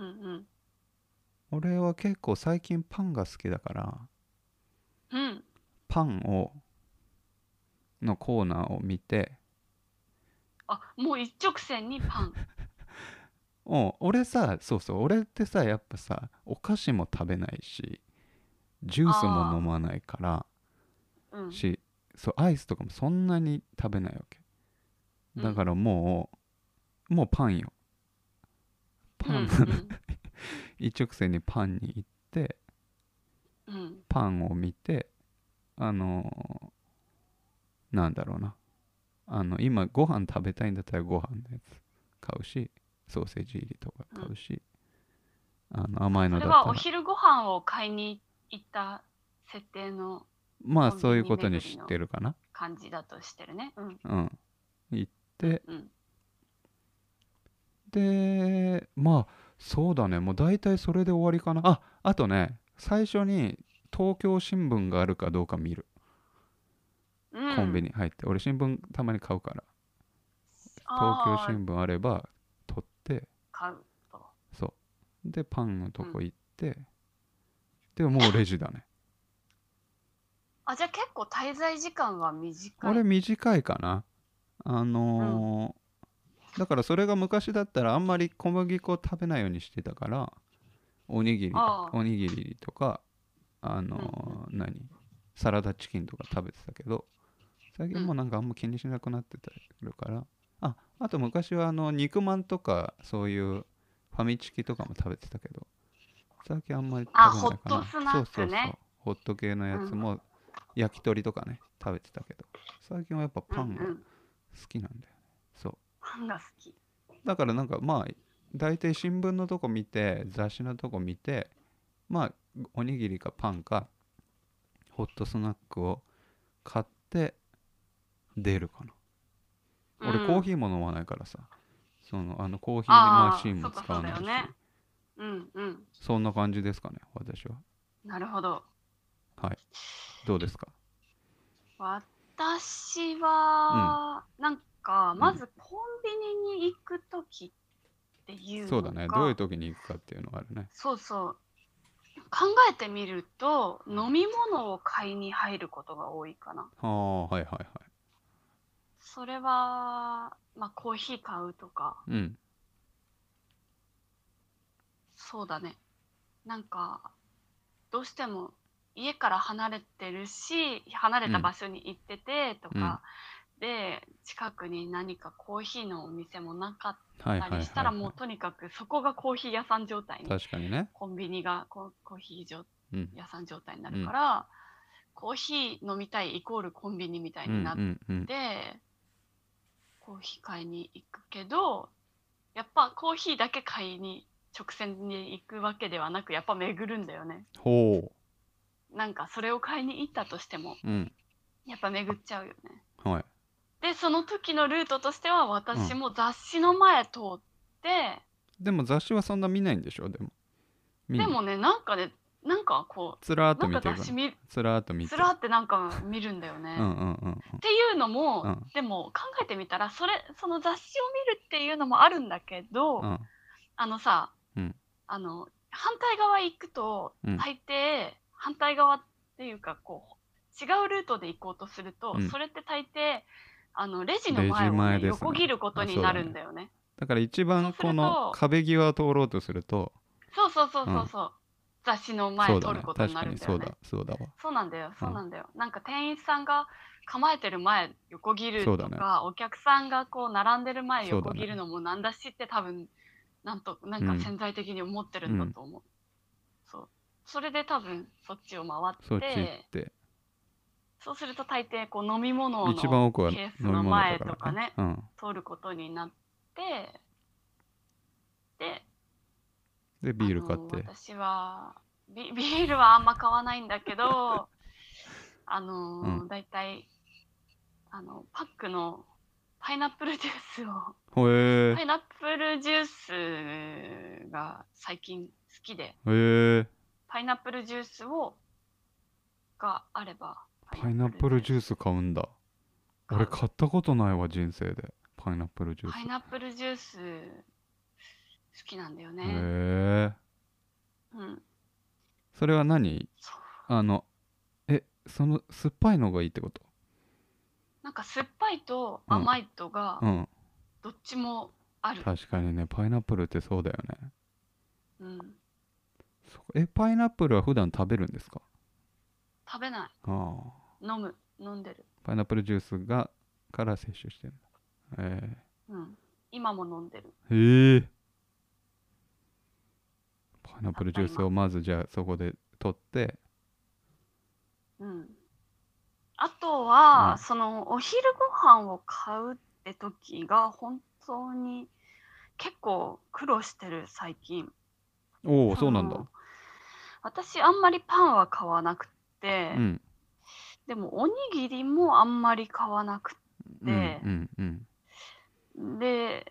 俺は結構最近パンが好きだから、 うん。 パンのコーナーを見て、 あ、もう一直線にパン。 俺さ、そうそう、俺ってさ、やっぱさ、お菓子も食べないし、ジュースも飲あまないから、 うんし、そうアイスとかもそんなに食べないわけだからもうパンよ。 うんうパンん一直線にパンに行ってうんパンを見て、あのなんだろうな、今ご飯食べたいんだったらご飯のやつ買うし、ソーセージ入りとかうん。 買うし、甘いそれはおのだったら昼ご飯を買いに行った設定のまあコンビニそういうことに知っ巡りのてるかな。 感じだとしてるね。うんうん。行ってうんうんでまあそうだね、もう大体それで終わりかな。あとね、最初に東京新聞があるかどうか見る。コンビうん。 ニ入って俺新聞たまに買うから、東京ああ、 新聞あれば取って、 買うと。 そうでパンのとうん。 こ行って、でもうレジだね。 あ、じゃあ結構滞在時間は短俺い。 短いかな。あうん。 のだからそれが昔だったらあんまり小麦粉食べないようにしてたから、おにぎりああ、 おにぎりとか、 うんうんサラダチキンとか食べてたけど、最近もううん。 なんかあんま気にしなくなってたりするから、あと昔は肉まんとかそういうファミチキとかも食べてたけど、最近あんまりあ、 食べホッないかな。 トスナッそうそうそう、 クね。 ホット系のやうんうんつも焼き鳥とかね食べてたけど、最近はやっぱうパンが好ん。 きなんだよね。そうパンが好き。 だからなんかまあ大体新聞のとこ見て雑誌のとこ見て、まあおにぎりかパンかホットスナックを買って出るかな。俺コーうん。 ヒーも飲まないからさ、コーヒーマシああ、 ンも使そっかそうわないし、 だよね。うんうん。 そんな感じですかね私は。 なるほど。 はい。どうですか？ 私うんは、なんか、 うん。 まずコンビニに行くときっていうそうだね、どういうのが、 時に行くかっていうのがあるね。 そうそう、考えてみると、 うん。 飲み物を買いに入ることが多いかな。 はあ、はいはいはい。 それは、まあ、コーヒー買うとか、 うん。 そうだね。なんか、どうしても家から離れてるし、離れたうん場所に行っててとうんか、で、近くに何かコーヒーのお店もなかったはいはいりしたら、 はいはい。 もうとにかくそこがコーヒー屋さん状態に、 確かにね。 コンビニがコーヒーうん屋さん状態になるかうんら、コーヒー飲みたいイコールコンビニみたいうんになっうんうん。 て、コーヒー買いに行くけど、やっぱコーヒーだけ買いに直線に行くわけではなく、やっぱ巡るんだよね。 ほなんかそれを買いに行ったとしても、 う。うん。 やっぱ巡っちゃうよね。 はい。 で、その時のルートとしては、 うん。 私も雑誌の前通って、 でも雑誌はそんな見ないんでしょ？でも見んの？ でもね、なんかね、なんかこつらーっう、なんかと見ていくの？ 雑誌つらーっと見て。 つらーってなんか見るんだよね。 うんうんうんっていうのも、 うんうんでも考えてみたら、その雑誌を見るっていうのもあるんだけど、 うんあのさ、 うん反対側行くと、 うん大抵、反対側っていうか、こう、違うルートで行こうとすると、 うん。 それって大抵、レジのレジ前をね、 前ですな。 横切ることになそうだね。 るんだよね。 だから一そうす番このると、 壁際を通ろうとすると、 そうそうそううん、 そうそう、雑誌の前通るそうだね。確ことになかにそうだ、 るんだよね。 そうだわ。 そうなんだよ、 うん、 そうなんだよ。なんか店員さんが構えてる前横切るそうだね。 とか、お客さんがこう並んでる前そうだね。 横切るのもなんだしって多分、なんかうん、 潜在的に思ってるうん。 んだと思う。そう。それで多分そっちを回っそっち行って、 て、 そうすると大抵こう飲み物の一番奥は飲ケースみ物だの前からね。 とかね、 うん。 通ることになって、で、 で、ビール買って。 私はビールはあんま買わないんだけど、 うん。 だいたいパックのパイナップルジュースを、 ほえパイナップルジュースが最近好きで、 ー、へえー。 パイナップルジュースがあれば、パイナップパイナッルジュースプルジュース買うんだ。俺買う。 買ったことないわ、人生で。パイナップルジュース。 パイナップルジュース好きなんだよへね。 え。 うん。 それは何？ そう。 あの、酸っぱいのがいいってこと？ なんか酸っぱいとうん。 甘いとがうん。 どっちもある。 確かにね、パイナップルってそうだよね。 うん。 パイナップルは普段食べるんですか？ 食べない。 ああ。 飲んでる。 パイナップルジュースから摂取してる。 うん。今も飲んでる。 へえ。パイナッたった今。 プルジュースをまずじゃあそこで取って、 うん。あとうは、 ん。 そのお昼ご飯を買うって時が本当に結構苦労してる最近。 おお、そうなんだ。 その私あんまりパンは買わなくて、 うん。 でもおにぎりもあんまり買わなくうんて、 うんで、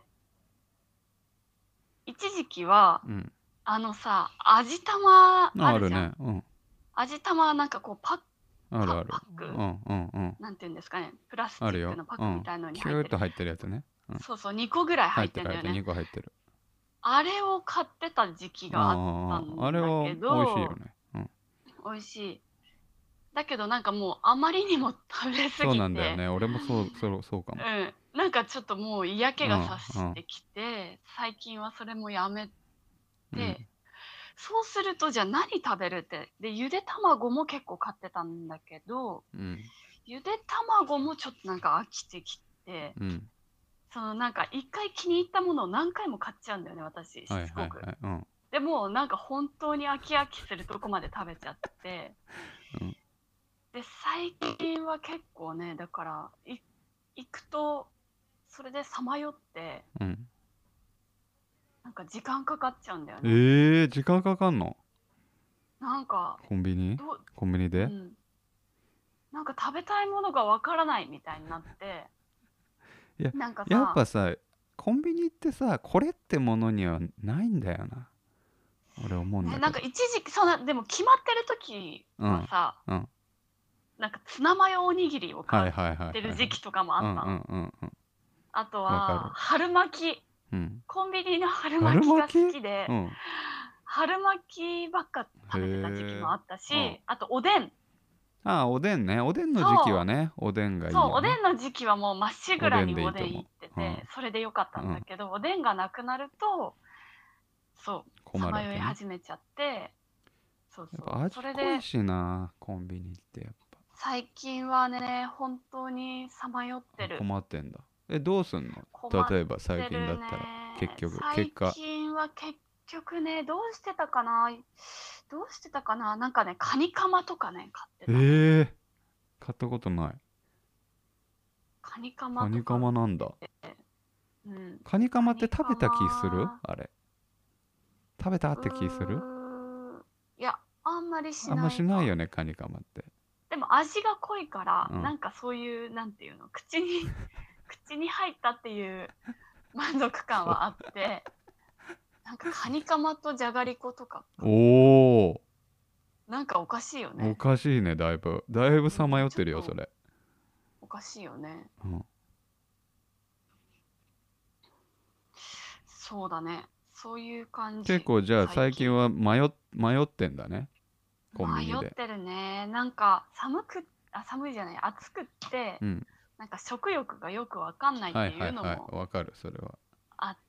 一時期はうん。 あのさ、味玉あるじゃん。 あるね。うん。 味玉なんかこうパあるある。 ックうん。 なんていうんですかね、プラスチックあるよ。 のパックみうん。 たいのに入ってる。 キューッと入ってるやつね。うん。 そうそう、2個ぐらい入っ入ってる入ってる。 てんだよね。 2個入ってる。 あれを買ってた時期があったあれはんだけ美味しいよど、 ね。うん。 美味しい。だけどなんかもうあまりにも食べ過そうぎて、 なんだよね。俺もそうかも。 なんかちょっともう嫌気がさうん。 してきて、最近はそれもやめて、 うん。 そうするとじゃあ何食べるって。で、ゆで卵も結構買ってたんだけど、 うん。 ゆで卵もちょっとなんか飽きてきて、 うん。 そのなんか一回気に入ったものを何回も買っちゃうんだよね、私、しはいつこく。 はいはい。うん。 でもなんか本当に飽きするとこまで食べちゃって、 うん。 で、最近は結構ね、だから行くと、それでさまよって、 うん。 なんか時間かかっちゃうんだよね。 時間かかんの？ なんか、 コンビニどう、 コンビニで？ うん。なんか食べたいものがわからないみたいになって、 いや、 なんかやっさ、 ぱさ、コンビニってさ、これってものにはないんだよな。俺思うんね、 だけど。 なんか一時期、そんな、でも決まってる時うん。 はさ、 うん。 なんかツナマヨおにぎりを買っはいはいはいてるはいはい。 時期とかもあったの。 うん。 あとは、 わかる。 春巻き。 うん。 コンビニの春春巻きが好巻き？ きで、 うん。 春巻きばっかへ食べてた時期もえ。 あったうん。 し、あとおでん。 ああ、おでんね。おでんの時期はそう、 ね、おでんがいいそう、 よね。 おでんの時期はもうまっしぐらおでんにおでん行でいいと思ってう。うん。 て、それでよかったうん。 んだけど、おでんがなくなると、そう、さまよい困るわけね。 始めちゃって、そうやっそう。 ぱ味それで、 濃いしな、コンビニってやっ最近はね、本当にさまよってぱ。 る。 困ってんだ。どうすんの？ 困っ例えば最てる近だったら、結ね。 局、結最果。 近は結局ね、どうしてたかななんかね、カニカマとかね、買ってたね。 ええ買ったことない。 カニカマカニカとか売っマなんだ。 てて、うん。 カニカマってカニカ食べた気する？ マ、 あれ。食べたっうて気する？ いや、あんまりしあんまないか。 しないよね、カニカマって。 でも味が濃いから、 うん。 なんかそういう、なんていうの、口に入ったっていう満足感そう。 はあって、なんかカニカマとじゃがりことか、 おなんかおかしいよおね。 かしいね、だいぶ。だいぶさまよってるよ、そちょっとれ。 おかしいよね。 うん。 そうだね。そういう感じ、 結構じゃあ最近。 最近は迷ってんだね、コンビニで。 迷ってるね。なんか寒いじゃない、暑くって、 うん。 なんか食欲がよくわかんないっはいていはいはい。 うのもわかる、それは。 あって、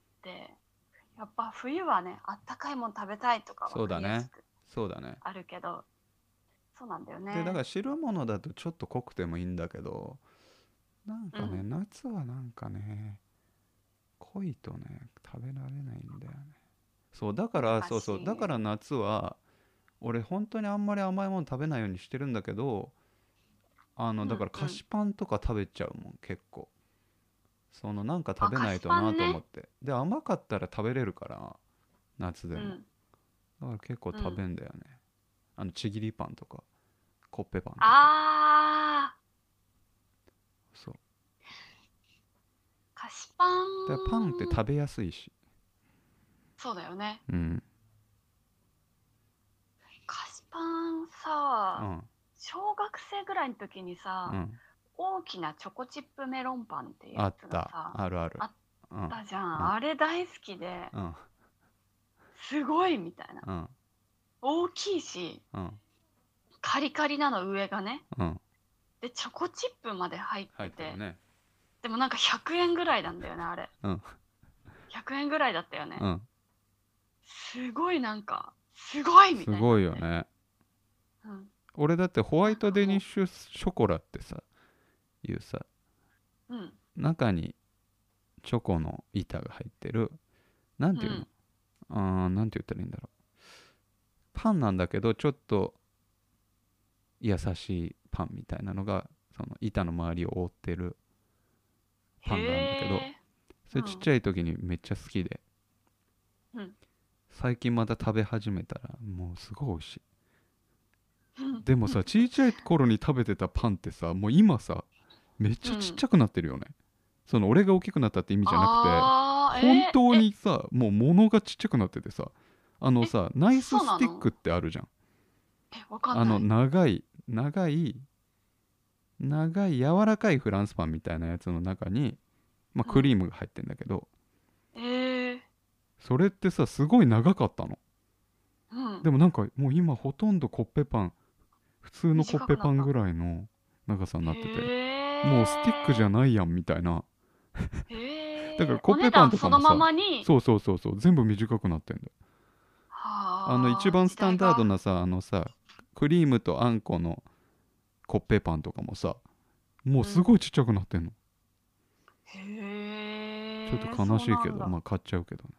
やっぱ冬はね、あったかいもん食べたいとかわそうだね。 かりやすくそうだね。 あるけど、そうなんだよで、だかね。 ら汁物だとちょっと濃くてもいいんだけど、なんかね、 うん。 夏はなんかね、濃いとね、食べられないんだよね。そう、だから、そうそう、 難しい。 だから夏は、俺本当にあんまり甘いもの食べないようにしてるんだけど、だから菓うんうん。 子パンとか食べちゃうもん、結構。なんか食あ、菓子べないとパンね。 なと思って。で、甘かったら食べれるから、夏でも。 うん。 だから結構食うん。 べんだよね。ちぎりパンとか、コッペパンとか。 あそう。 菓子パだからパンってン、 食べやすいし。 そうだよね。 うん。 菓子パンさ、 うん。 小学生ぐらいの時にさ、 うん。 大きなチョコチップメロンパンっていうやつがあった。 さ、 あるある。 あっうん。 たじゃん。 うん。 あれ大好きで、 うん。 すごいみたいな。 うん。 大きいし、 うん。 カリカリなの上がね。 うん。 で、チョコチップまで入っ入てて、 ってるね。 でもなんか100円ぐらいなんだよね、あれ。 うん。 100円ぐらいだったよね。 うん。 すごいなんか、すごいみたいになすごって。 いよね。 うん。 俺だってホワイトデニッうシュショコラってさいうさ、 ん。 中にチョコの板が入ってる、なんていうの、 うん。 なんて言ったらいいんだろう、パンなんだけどちょっと優しいパンみたいなのがその板の周りを覆ってるパンがあるんだけど、 へえ。 それちっちゃい時にめっちゃ好きで、 うん。 最近また食べ始めたらもうすごい美味しい。 うん。 でもさ、ちっちゃい頃に食べてたパンってさ、もう今さめっちゃちっうん。 ちゃくなってるよね。その俺が大きくなったって意味じゃなくて、 ああ、 本当にさもう物がちっちゃくなっててさ、さナイスそうなの？ スティックってあるじゃん。 わかんない。 長い柔らかいフランスパンみたいなやつの中に、まあ、クリーうん。 ムが入ってんだけど、 ええ。 それってさすごい長かったの。 うん。 でもなんかもう今ほとんどコッペパン、普通のコッ短くなった。 ペパンぐらいの長さになってて、もうスティックじゃへえ。 ないやんみたいな。だからへえ。お値コッペパン段そのまとかもさ、 まに。 そうそうそうそう、全部短くなってんだよ。一はあ、時番スタンダード代が。 なさ、クリームとあんこのコッペパンとかもさ、もううん。 すごいちっちゃくなってんの。ちょっとへえ、そう悲しいけど、 なんだ。 まあ買っちゃうけどね。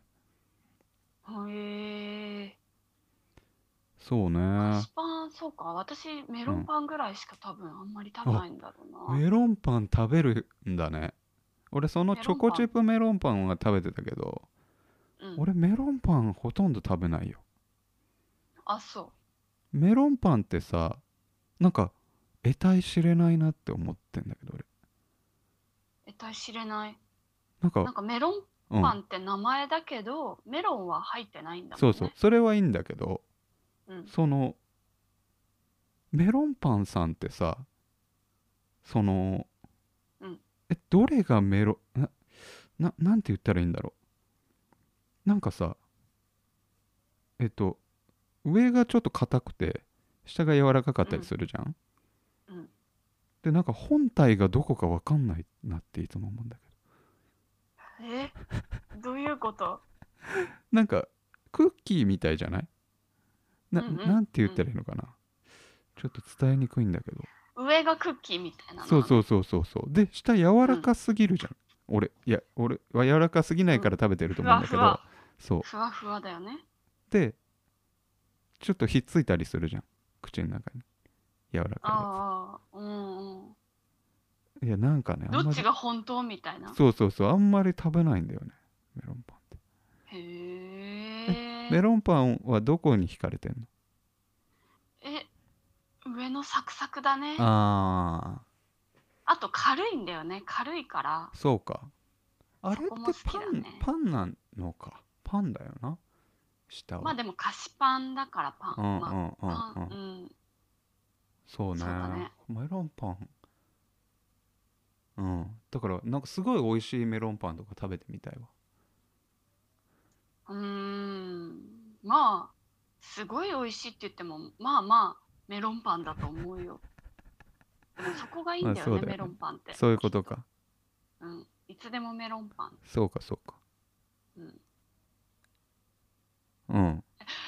へえ。 そうね。 菓子パン、そうか。私、メうん。 ロンパンぐらいしか多分あんまり食べあ、 ないんだろうな。 メロンパン食べるんだね。俺そのメチョコロンパン。 チップメロンパンは食べてたけど、 うん。 俺メロンパンほとんど食べないよ。 あ、そメロンパンってさ、なんか得体知れないなって思ってんだけど俺。 う。得体知れない。 なんか、 なんかメロンうん。 パンって名前だけど、メロンは入ってないんだそうそう。 もんね。 それはいいんだけど、 うん。 そのメロンパンさんってさ、その、 うん。 どれがなんて言ったらいいんだろう。なんかさ、えっと、上がちょっと硬くて、下が柔らかかったりうん。 するじゃん。 うん。 で、なんか本体がどこかわかんないなっていつも思うんだけえ、どういうこと？ ど。なんか、クッキーみたいじゃない？ うんうんなんて言っうん。 たらいいのかな。ちょっと伝えにくいんだけど。 上がクッキーみたいなのね。 そうそうそうそうそう。で、下柔うん。 らかすぎるじゃん。俺は柔らかすぎないうん。 から食べてるとふ思うんだけど、 わふわ。 そう。 ふわふわだよね。 で、ちょっとひっついたりするじゃん。口の中に。柔らかいやつ。 ああ、うんうん。 いや、なんかね、あんまり、 どっちが本当みたいな。 そうそうそう、あんまり食べないんだよね。メロンパンって。 へメえ。 ロンパンはどこに惹かれてんの？ え、上のサクサクだね。 ああと軽いんだよね。軽いから、 ー、そうか。あれっそこも好てパン、 きだね。 パンなのか。パンだよな、下は。 まあでも菓子パンだからパン。 うんうまあ、 んうんパン、 うん。 うん。 そうね。 そうだね。 メロンパン。うん。だから、なんかすごい美味しいメロンパンとか食べてみたいわ。 うーん。まあ、すごい美味しいって言っても、まあまあ、メロンパンだと思うよ。でもそこがいいまあんだよね、メロそうだよね。 ンパンって。 そういうこきっと。 とか。 うん。いつでもメロンパン。 そうかそうか。 うん。 うん。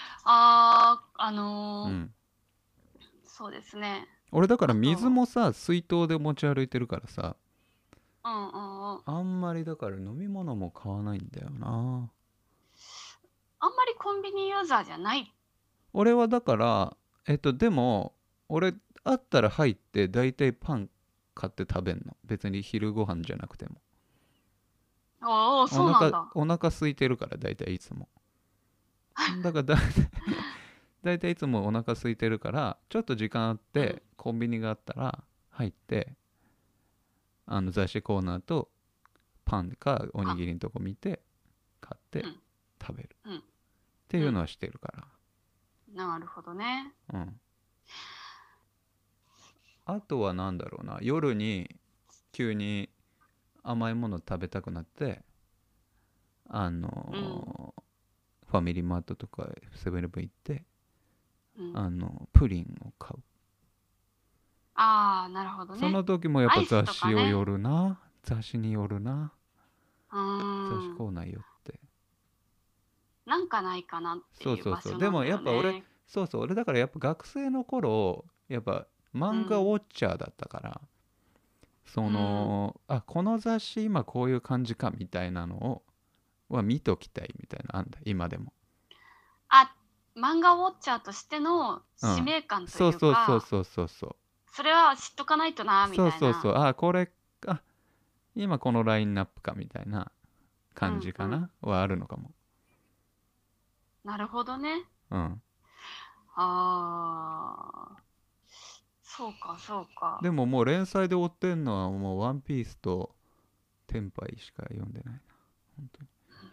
うん。 そうですね。 俺だからあと、 水もさ、水筒で持ち歩いてるからさ、 うんうんうん。 あんまりだから飲み物も買わないんだよな。 あんまりコンビニユーザーじゃない。 俺はだから、でも、俺、あったら入って大体パン買って食べんの。別に昼ご飯じゃなくても。 おお、そうなんだ。 お腹空いてるから大体いつも。だから大体いつもお腹空いてるから、ちょっと時間あっうん。 て、コンビニがあったら入って、雑誌コーナーとパンかおパン。 にぎりのとこ見て、買ってうん。 食べる。 うん。 ってうん。 いうのはしてるかなるほどね。 ら。うん。あとは何だろうな。夜に急に甘いもの食べたくなって、 うん。 ファミリーマートとかセブンイレブン行って、 うん。 プリンを買う。 ああ、なるほどね。 その時もやっぱアイス雑誌をとかね。 寄るな。雑誌に寄るな。 うーん。 雑誌コーナー寄って。 なんかないかなっていうそうそうそう。 場所なんだでもやっぱ俺、 よね。 そうそう、俺だからやっぱ学生の頃、 やっぱう漫画ウんォッチャーだったから、そうんのこの雑誌今こういう感じかみたいなのをは見ときたいみたいなのあんだ今でも。 あ、漫画ウォッチャーとしての使うん、 命感というそうそうそうか、 そうそうそうそれは知っとかないとなみそうたいな。 そうそう、これ、あ今このラインナップかみたいなう感じかんうん。 なはあるのかも。 なるほどね。 うん。 ああ、そうかそうか。 でももう連載で追ってんのはもうワンピースとテンパイしか読んでないな、本当に。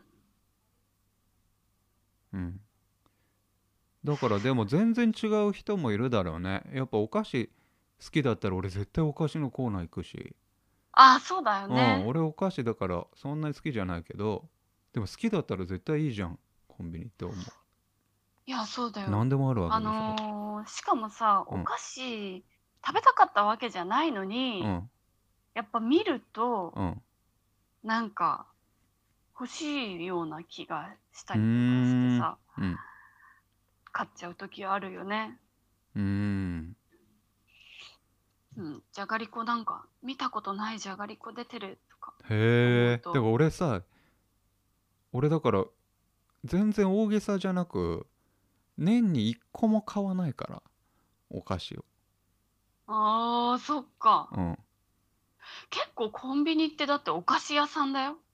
うん。だからでも全然違う人もいるだろうね。やっぱお菓子好きだったら俺絶対お菓子のコーナー行くし。 ああ、そうだようん、 ね。 俺お菓子だからそんなに好きじゃないけど、でも好きだったら絶対いいじゃん、コンビニって思いや、そうだう。 よ。 何でもあるわけでしょ。 しかもさ、 うん、 お菓子食べたかったわけじゃないのに、 うん、 やっぱ見ると、 うん。 なんか欲しいような気がしたうーりとかしてん、 さ、 うん、 買っちゃう時あるよね。 うーん。 うん、じゃがりこなんか見たことないじゃがりこ出てるとか思うへえ。でと、 も俺さ、俺だから全然大げさじゃなく、年に1個も買わないから、お菓子を。 あー、そっか。 うん。 結構コンビニってだってお菓子屋さんだよ。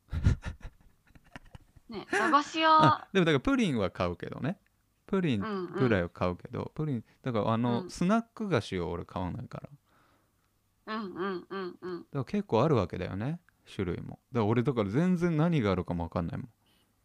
ね、駄菓子屋、 でもだからプリンは買うけどね。プリンうんうんぐらいは買うけど、プリン、だからうんスナック菓子を俺買わないから。だかうんうんうんうん。 ら結構あるわけだよね。種類も。だから俺だから全然何があるかもわかんないも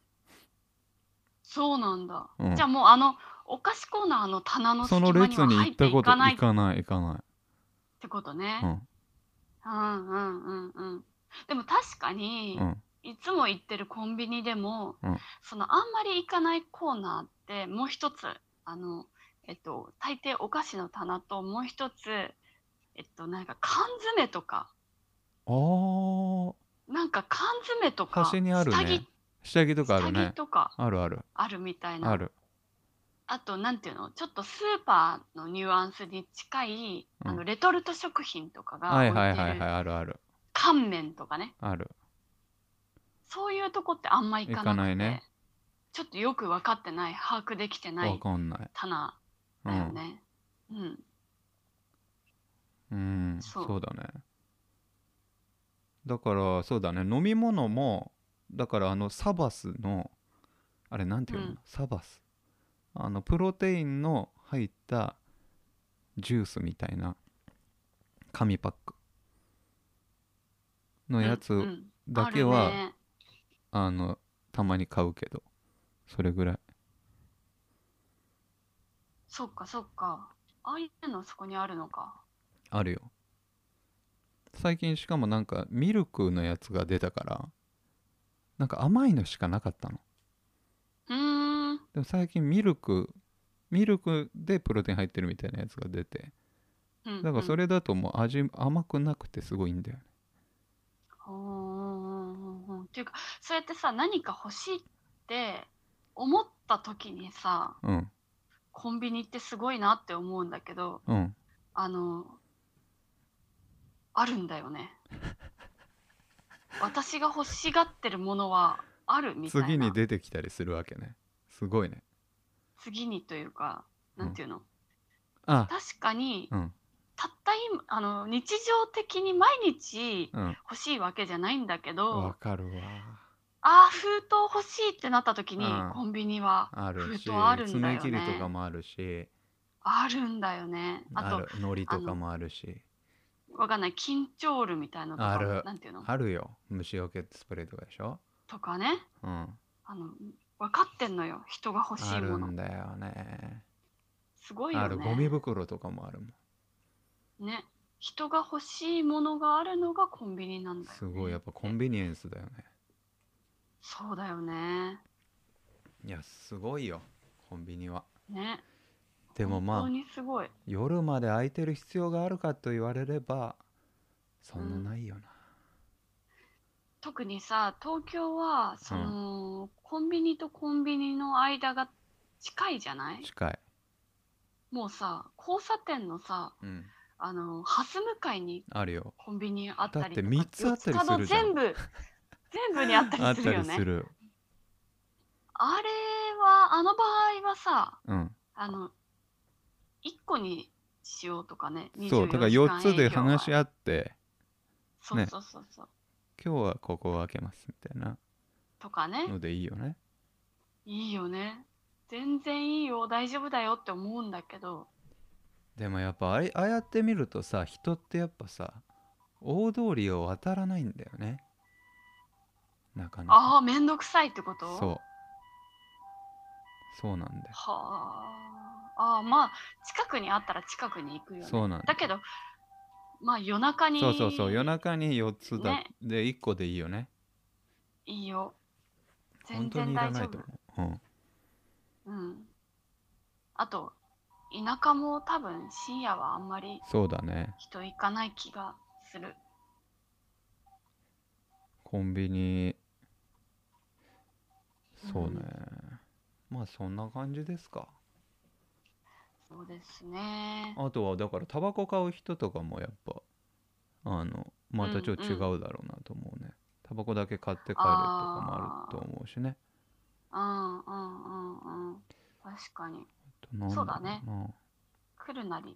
そうなんだ。 ん。うん。 じゃあもうお菓子コーナーの棚のその隙間には列に行入ってったこと、 いかないっ行かない、行かない。 てことね。 うん。 うんうんうんうん。でも確かに、 うん。 いつも行ってるコンビニでも、 うん。 あんまり行かないコーナーってもう一つ、あの、大抵お菓子の棚ともう一つ、なんか缶詰とか、 あー、 なんか缶詰とか、 端にあるね。下着とかある下着ね。 とかあるある。 あるみたいな。 ある。 あと、なんていうの、ちょっとスーパーのニュアンスに近い、 うん。 レトルト食品とかがはい置いてるはいはいはい、あるある。 乾麺とかね。 ある。 そういうとこってあんま行行かかないね。 なくて、ちょっとよく分かってない、把握できてなわいかんない。 棚うん。 だよね。うん、 うん、 そう。 そうだね。だからそうだね、飲み物も、だからサバスの、あれなんていうのかな、 うん、 サバス、プロテインの入ったジュースみたいな紙パックのうん、うやつん。 だあるけはね。 あのたまに買うけど、それぐらい。 そっかそっか。ああいうのそこにあるのか。 あるよ。最近しかもなんかミルクのやつが出たから、なんか甘いのしかなかったの。 うーん、 でも最近ミルクでプロテイン入ってるみたいなやつが出て、 うん、 だからそうん。 れだともう味甘くなくてすごいいいんだよね。 ほーん。っていうか、そうやってさ、何か欲しいって思った時にさ、 うん、 コンビニってすごいなって思うんだけど、 うん。 あの、あるんだよね。私が欲しがってるものはあるみたい次にな。 出てきたりするわけね。すごいね。 次にというか、 うん。 なんていうの。 あ、 確かに、 うん、 たった今、日常的に毎日うん。 欲しいわけじゃないんだけど、 わかるわ。 ああ、封筒欲しいってなった時うん。 に、コンビニはある封筒あし、 るんだ爪切りとかよね。 もあるし、 あるんだよね。あと、 ある。海苔あの、 とかもあるし。 わかんない、緊張ルみたいのとかも、 ある。 なんていうのあるよ。虫除けスプレーとかでしょ。 とかね。 うん。 あの、分かってんのよ。人が欲しあいもの。 るんだよね。 すごいある。ゴミよね。 袋とかもあるもん。 ね。人が欲しいものがあるのがコンビニなんだよすごい。やねっぱコって。 ンビニエンスだよね。 そうだよね。 いや、すごいよ。コンビニは。 ね。 でも本当まあ、 にすごい。 夜まで空いてる必要があるかと言われれば、そんなうん。 ないよな。 特にさ、東京は、 うん。 コンビニとコンビニの間が近いじゃない？ 近い。 もうさ、交差点のさ、 うんハス向かいにあるよ。 コンビニあっだってたりとか、 3つあったり四つ角するじゃん。 全部にあったりあったするよね。 りする。 あれは、あの場合はさ、 うんあの、1個にしようとかね、24 そうだから4 時間つで営業は。 話し合ってね、 そうそうそうそう。 今日はここを開けますみたいなとかね。 のでいいよね。 いいよね。全然いいよ、大丈夫だよって思うんだけど。 でもやっぱああやって見るとさ、人ってやっぱさ大通りを渡らないんだよね、なかなか。 ああ、めんどくさいってこと？ そうなんだよ。 はあ。ああ、まあ、近くにあったら近くに行くよね。 そうなんだよ。 だけど、まあ夜中そう夜に、 中に4つだね、 で1個でいいよね。 いいよ。全然本当にいら大丈夫。 ないと思う。 うん。あと、田舎も多分深夜はあんまりそうだね。 人行かない気がする。 コンビニ、そうね。 うん、 まあそんな感じですか。 そうですね。 あとはだからタバコ買う人とかもやっぱうまたちょっと違んうん。 うだろうなと思うね。タバコだけ買って帰るとかもあるとあ思うしね。 あ、うんうんうんうん。確かに。 あとなんだろそうだね。 うな。 来るなり。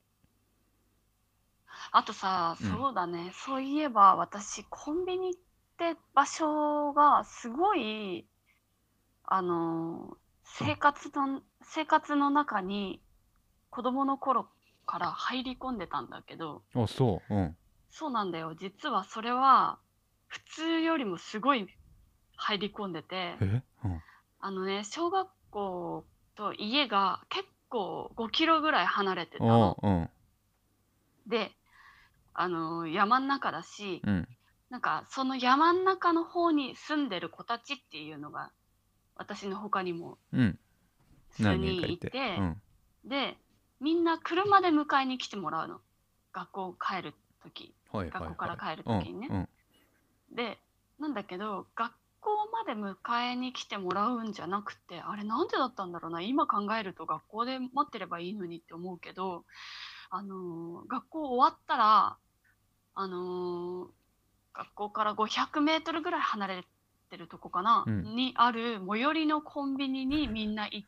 あとさ、 うん。 そうだね。そういえば私、コンビニって場所がすごい、あの、生活の中に子供の頃から入り込んでたんだけど、 あ、そう。うん。 そうなんだよ。実はそれは、普通よりもすごい入り込んでて、 うん。 小学校と家が結構5キロぐらい離れてたの。 おうん。 で、山ん中だし、 うん。 なんかその山ん中の方に住んでる子たちっていうのが、私の他にもうん。 数何人か人いて。ういて、 ん。 で、みんな車で迎えに来てもらうの。学校帰るとき、 はいはい学校からはい。 帰るうん。 ときにね。 うん。 で、なんだけど、学校まで迎えに来てもらうんじゃなくて、あれなんでだったんだろうな。今考えると学校で待ってればいいのにって思うけど、学校終わったら、あのー学校から500メートルぐらい離れてるとこかな、 うん。 にある最寄りのコンビニにみんな行って、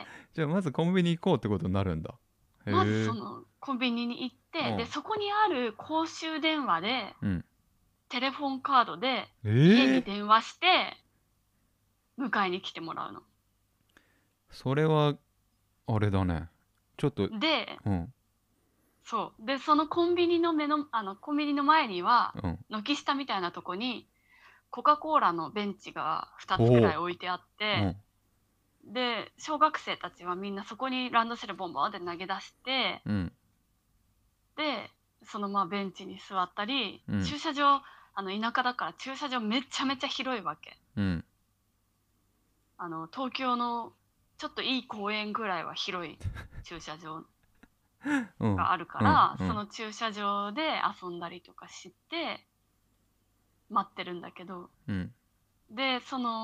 じゃあまずコンビニ行こうってことになるんだ。 まずへえ。 そのコンビニに行って、で、 うん。 そこにある公衆電話で、 うん。 テレフォンカードで家にええ、 電話して迎えに来てもらうの。 それはあれだね。ちょっと、 で、 うん。 そう。で、そのコンビニのコンビニの前には、 うん。 軒下みたいなとこに、コカ・コーラのベンチが2つくらほい置いてあっう。うて、 ん。 で、小学生たちはみんなそこにランドセルボンボンって投げ出して、 うん。 で、そのまあベンチに座ったり、 うん。 駐車場、田舎だから駐車場めちゃめちゃ広いわけ。 うん。 東京のちょっといい公園ぐらいは広い駐車場うん。 があるかうん。 ら、 うん。 その駐車場で遊んだりとかして待ってるんだけど、 うん。 で、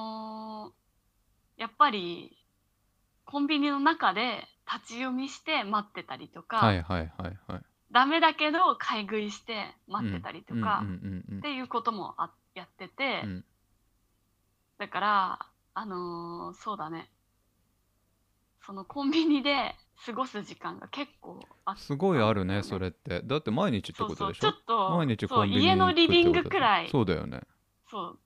やっぱりコンビニの中で立ち読みして待ってたりとか、 はいはいはいはい。 ダメだけど買い食いしてうん。 待ってたりうん。うん。 とかうん。 っていうこともやってて、 うん。 だから、そうだね、そのコンビニで過ごす時間が結構あっすごいたあるね、そんだよね。 れって。だって毎日ってそうそう、ちょっことでしょ？毎と、そう、 日コンビ家のニ行くっリビングてことでしょ？ くらい、 そうだよね。 そう。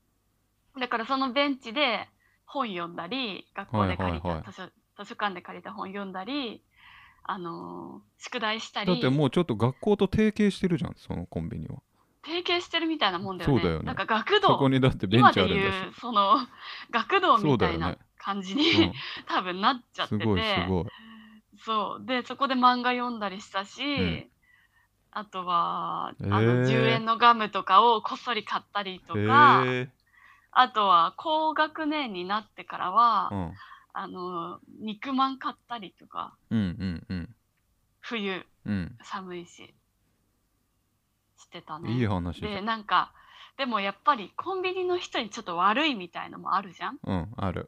だからそのベンチで本読んだり、学校はいで借りたはいはい。 図書館で借りた本読んだり、宿題しただってり、 もうちょっと学校と提携してるじゃん、そのコンビニは。 提携してるみたいなもんだよね。 そうだよね。 なんか学そこ童、 にだってベン今チあるんだし。 で言う、学童みたいなそうだよね。 感じにうん。 多分なっちゃっすごいすてて、 ごい。 そう。で、そこで漫画読んだりしたうん。 し、あとは、10 へ円のガムとかをこっそり買ったりえ。 とか、 へえ。 あとは高学年になってからは、 うん。 肉まん買ったりとか、 うんうんうん。 冬、 うん。 寒いし、してたいいね。で、 話じゃん。 でもやっぱりコンビニの人にちょっと悪いみたいのもあるじゃん。 うん、ある。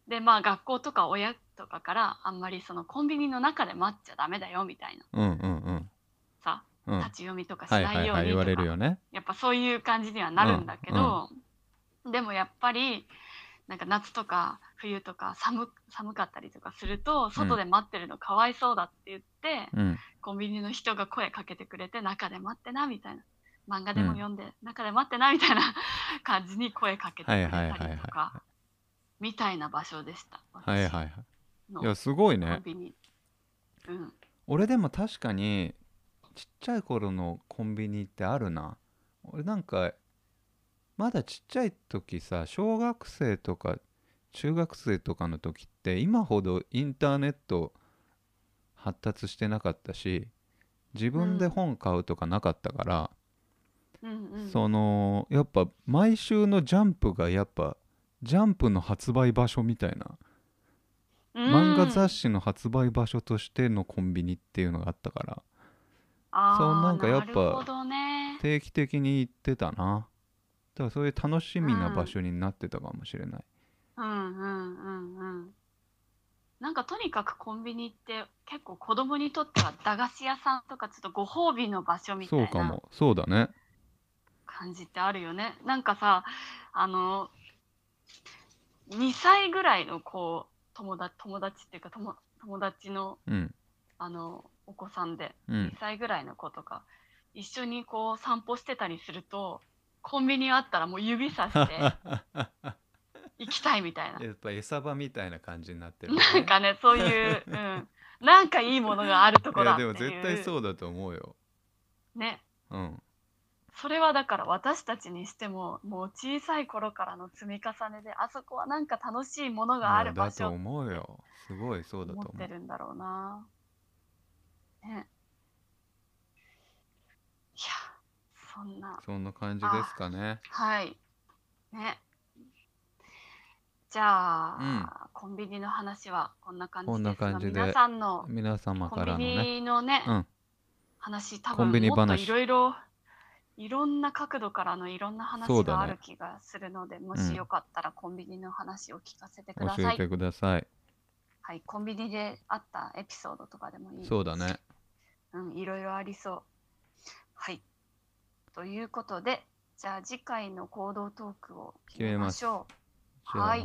でまあ学校とか親とかからあんまりそのコンビニの中で待っちゃダメだよみたいなうんうんさ、 うん。 立ち読みとかしはいないようはいはい、言わにとか、 れるよね。 やっぱそういう感じにはなるんだけど、でもやっぱりなんか夏とか冬とか寒かったりとかすると外で待ってるのかわいそうだって言って、 うん。 コンビニの人が声かけてくれて中で待ってなみたいな、漫画でうんも読んで中で待ってなみたいな感じに声かけてくれたりとかみたいな場所でした、 はいはいはい。いのや、すごいコねン。ビニ。うん俺でも確かにちっちゃい頃のコンビニってあるな。俺なんかまだちっちゃい時さ、小学生とか中学生とかの時って今ほどインターネット発達してなかったし、自分で本買うとかなかったから、そのやっぱ毎週のジャンプがやっぱジャンプの発売場所みたいな、漫画雑誌の発売場所としてのコンビニっていうのがあったから、そうなんかやっぱ定期的に行ってたな。だからそういう楽しみな場所になってたかもしれない。 なんかとにかくコンビニって結構子供にとっては駄菓子屋さんとかちょっとご褒美の場所みたいな。 そうかも。そうだね。 感じってあるよね。なんかさ、2歳ぐらいの子、友達っていうか友達の、お子さんで、2歳ぐらいの子とか一緒にこう散歩してたりすると、コンビニあったらもう指さして行きたいみたいな。 やっぱ餌場みたいな感じになってるね。 なんかね、そういう、なんかいいものがあるとこだっていう。 いやでも絶対そうだと思うよ。 ね。 うん。 それはだから私たちにしてももう小さい頃からの積み重ねで、あそこはなんか楽しいものがある場所だと思うよ。すごいそうだと思う。 思ってるんだろうな。ね。いや、 そんな感じですかね。 はい。ね。じゃあ、コンビニの話はこんな感じですが、皆さんの皆様コンからのね、 ビニのね、話多分コンビニもっと話いろんな角度からのいろんな話がある気がするので、もしよかったらコンビニの話を聞かせてください。 教えてください。 はい、コンビニであったエピソードとかでもいい。 そうだね。 いろいろありそう。はい。ということで、じゃあ次回の行動トークを決めましょう。はい。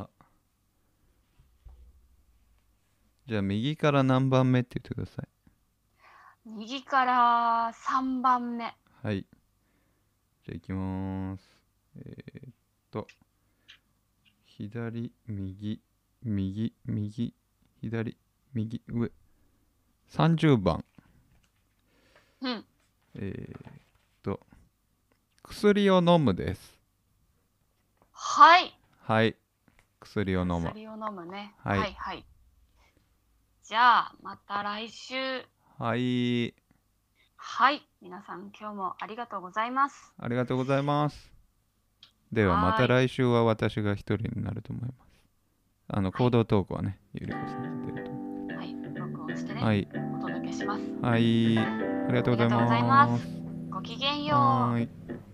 じゃあ右から何番目って言ってください。 右から3番目。 はい。じゃあ行きます。左、右、右、右、左、右、上。30番。薬を飲むです。 はい。 はい。薬を飲む。 薬を飲むね。 はい。 はいはい。じゃあ、また来週。 はい。 はい。皆さん、今日もありがとうございます。 ありがとうございます。では、また来週は私が一人になると思います。行動トークはね、ゆりこさんが出ると思う。 はい。録音してね。 はい。 お届けします。 はい。ありがとうございます。 ごきげんよう。 はい。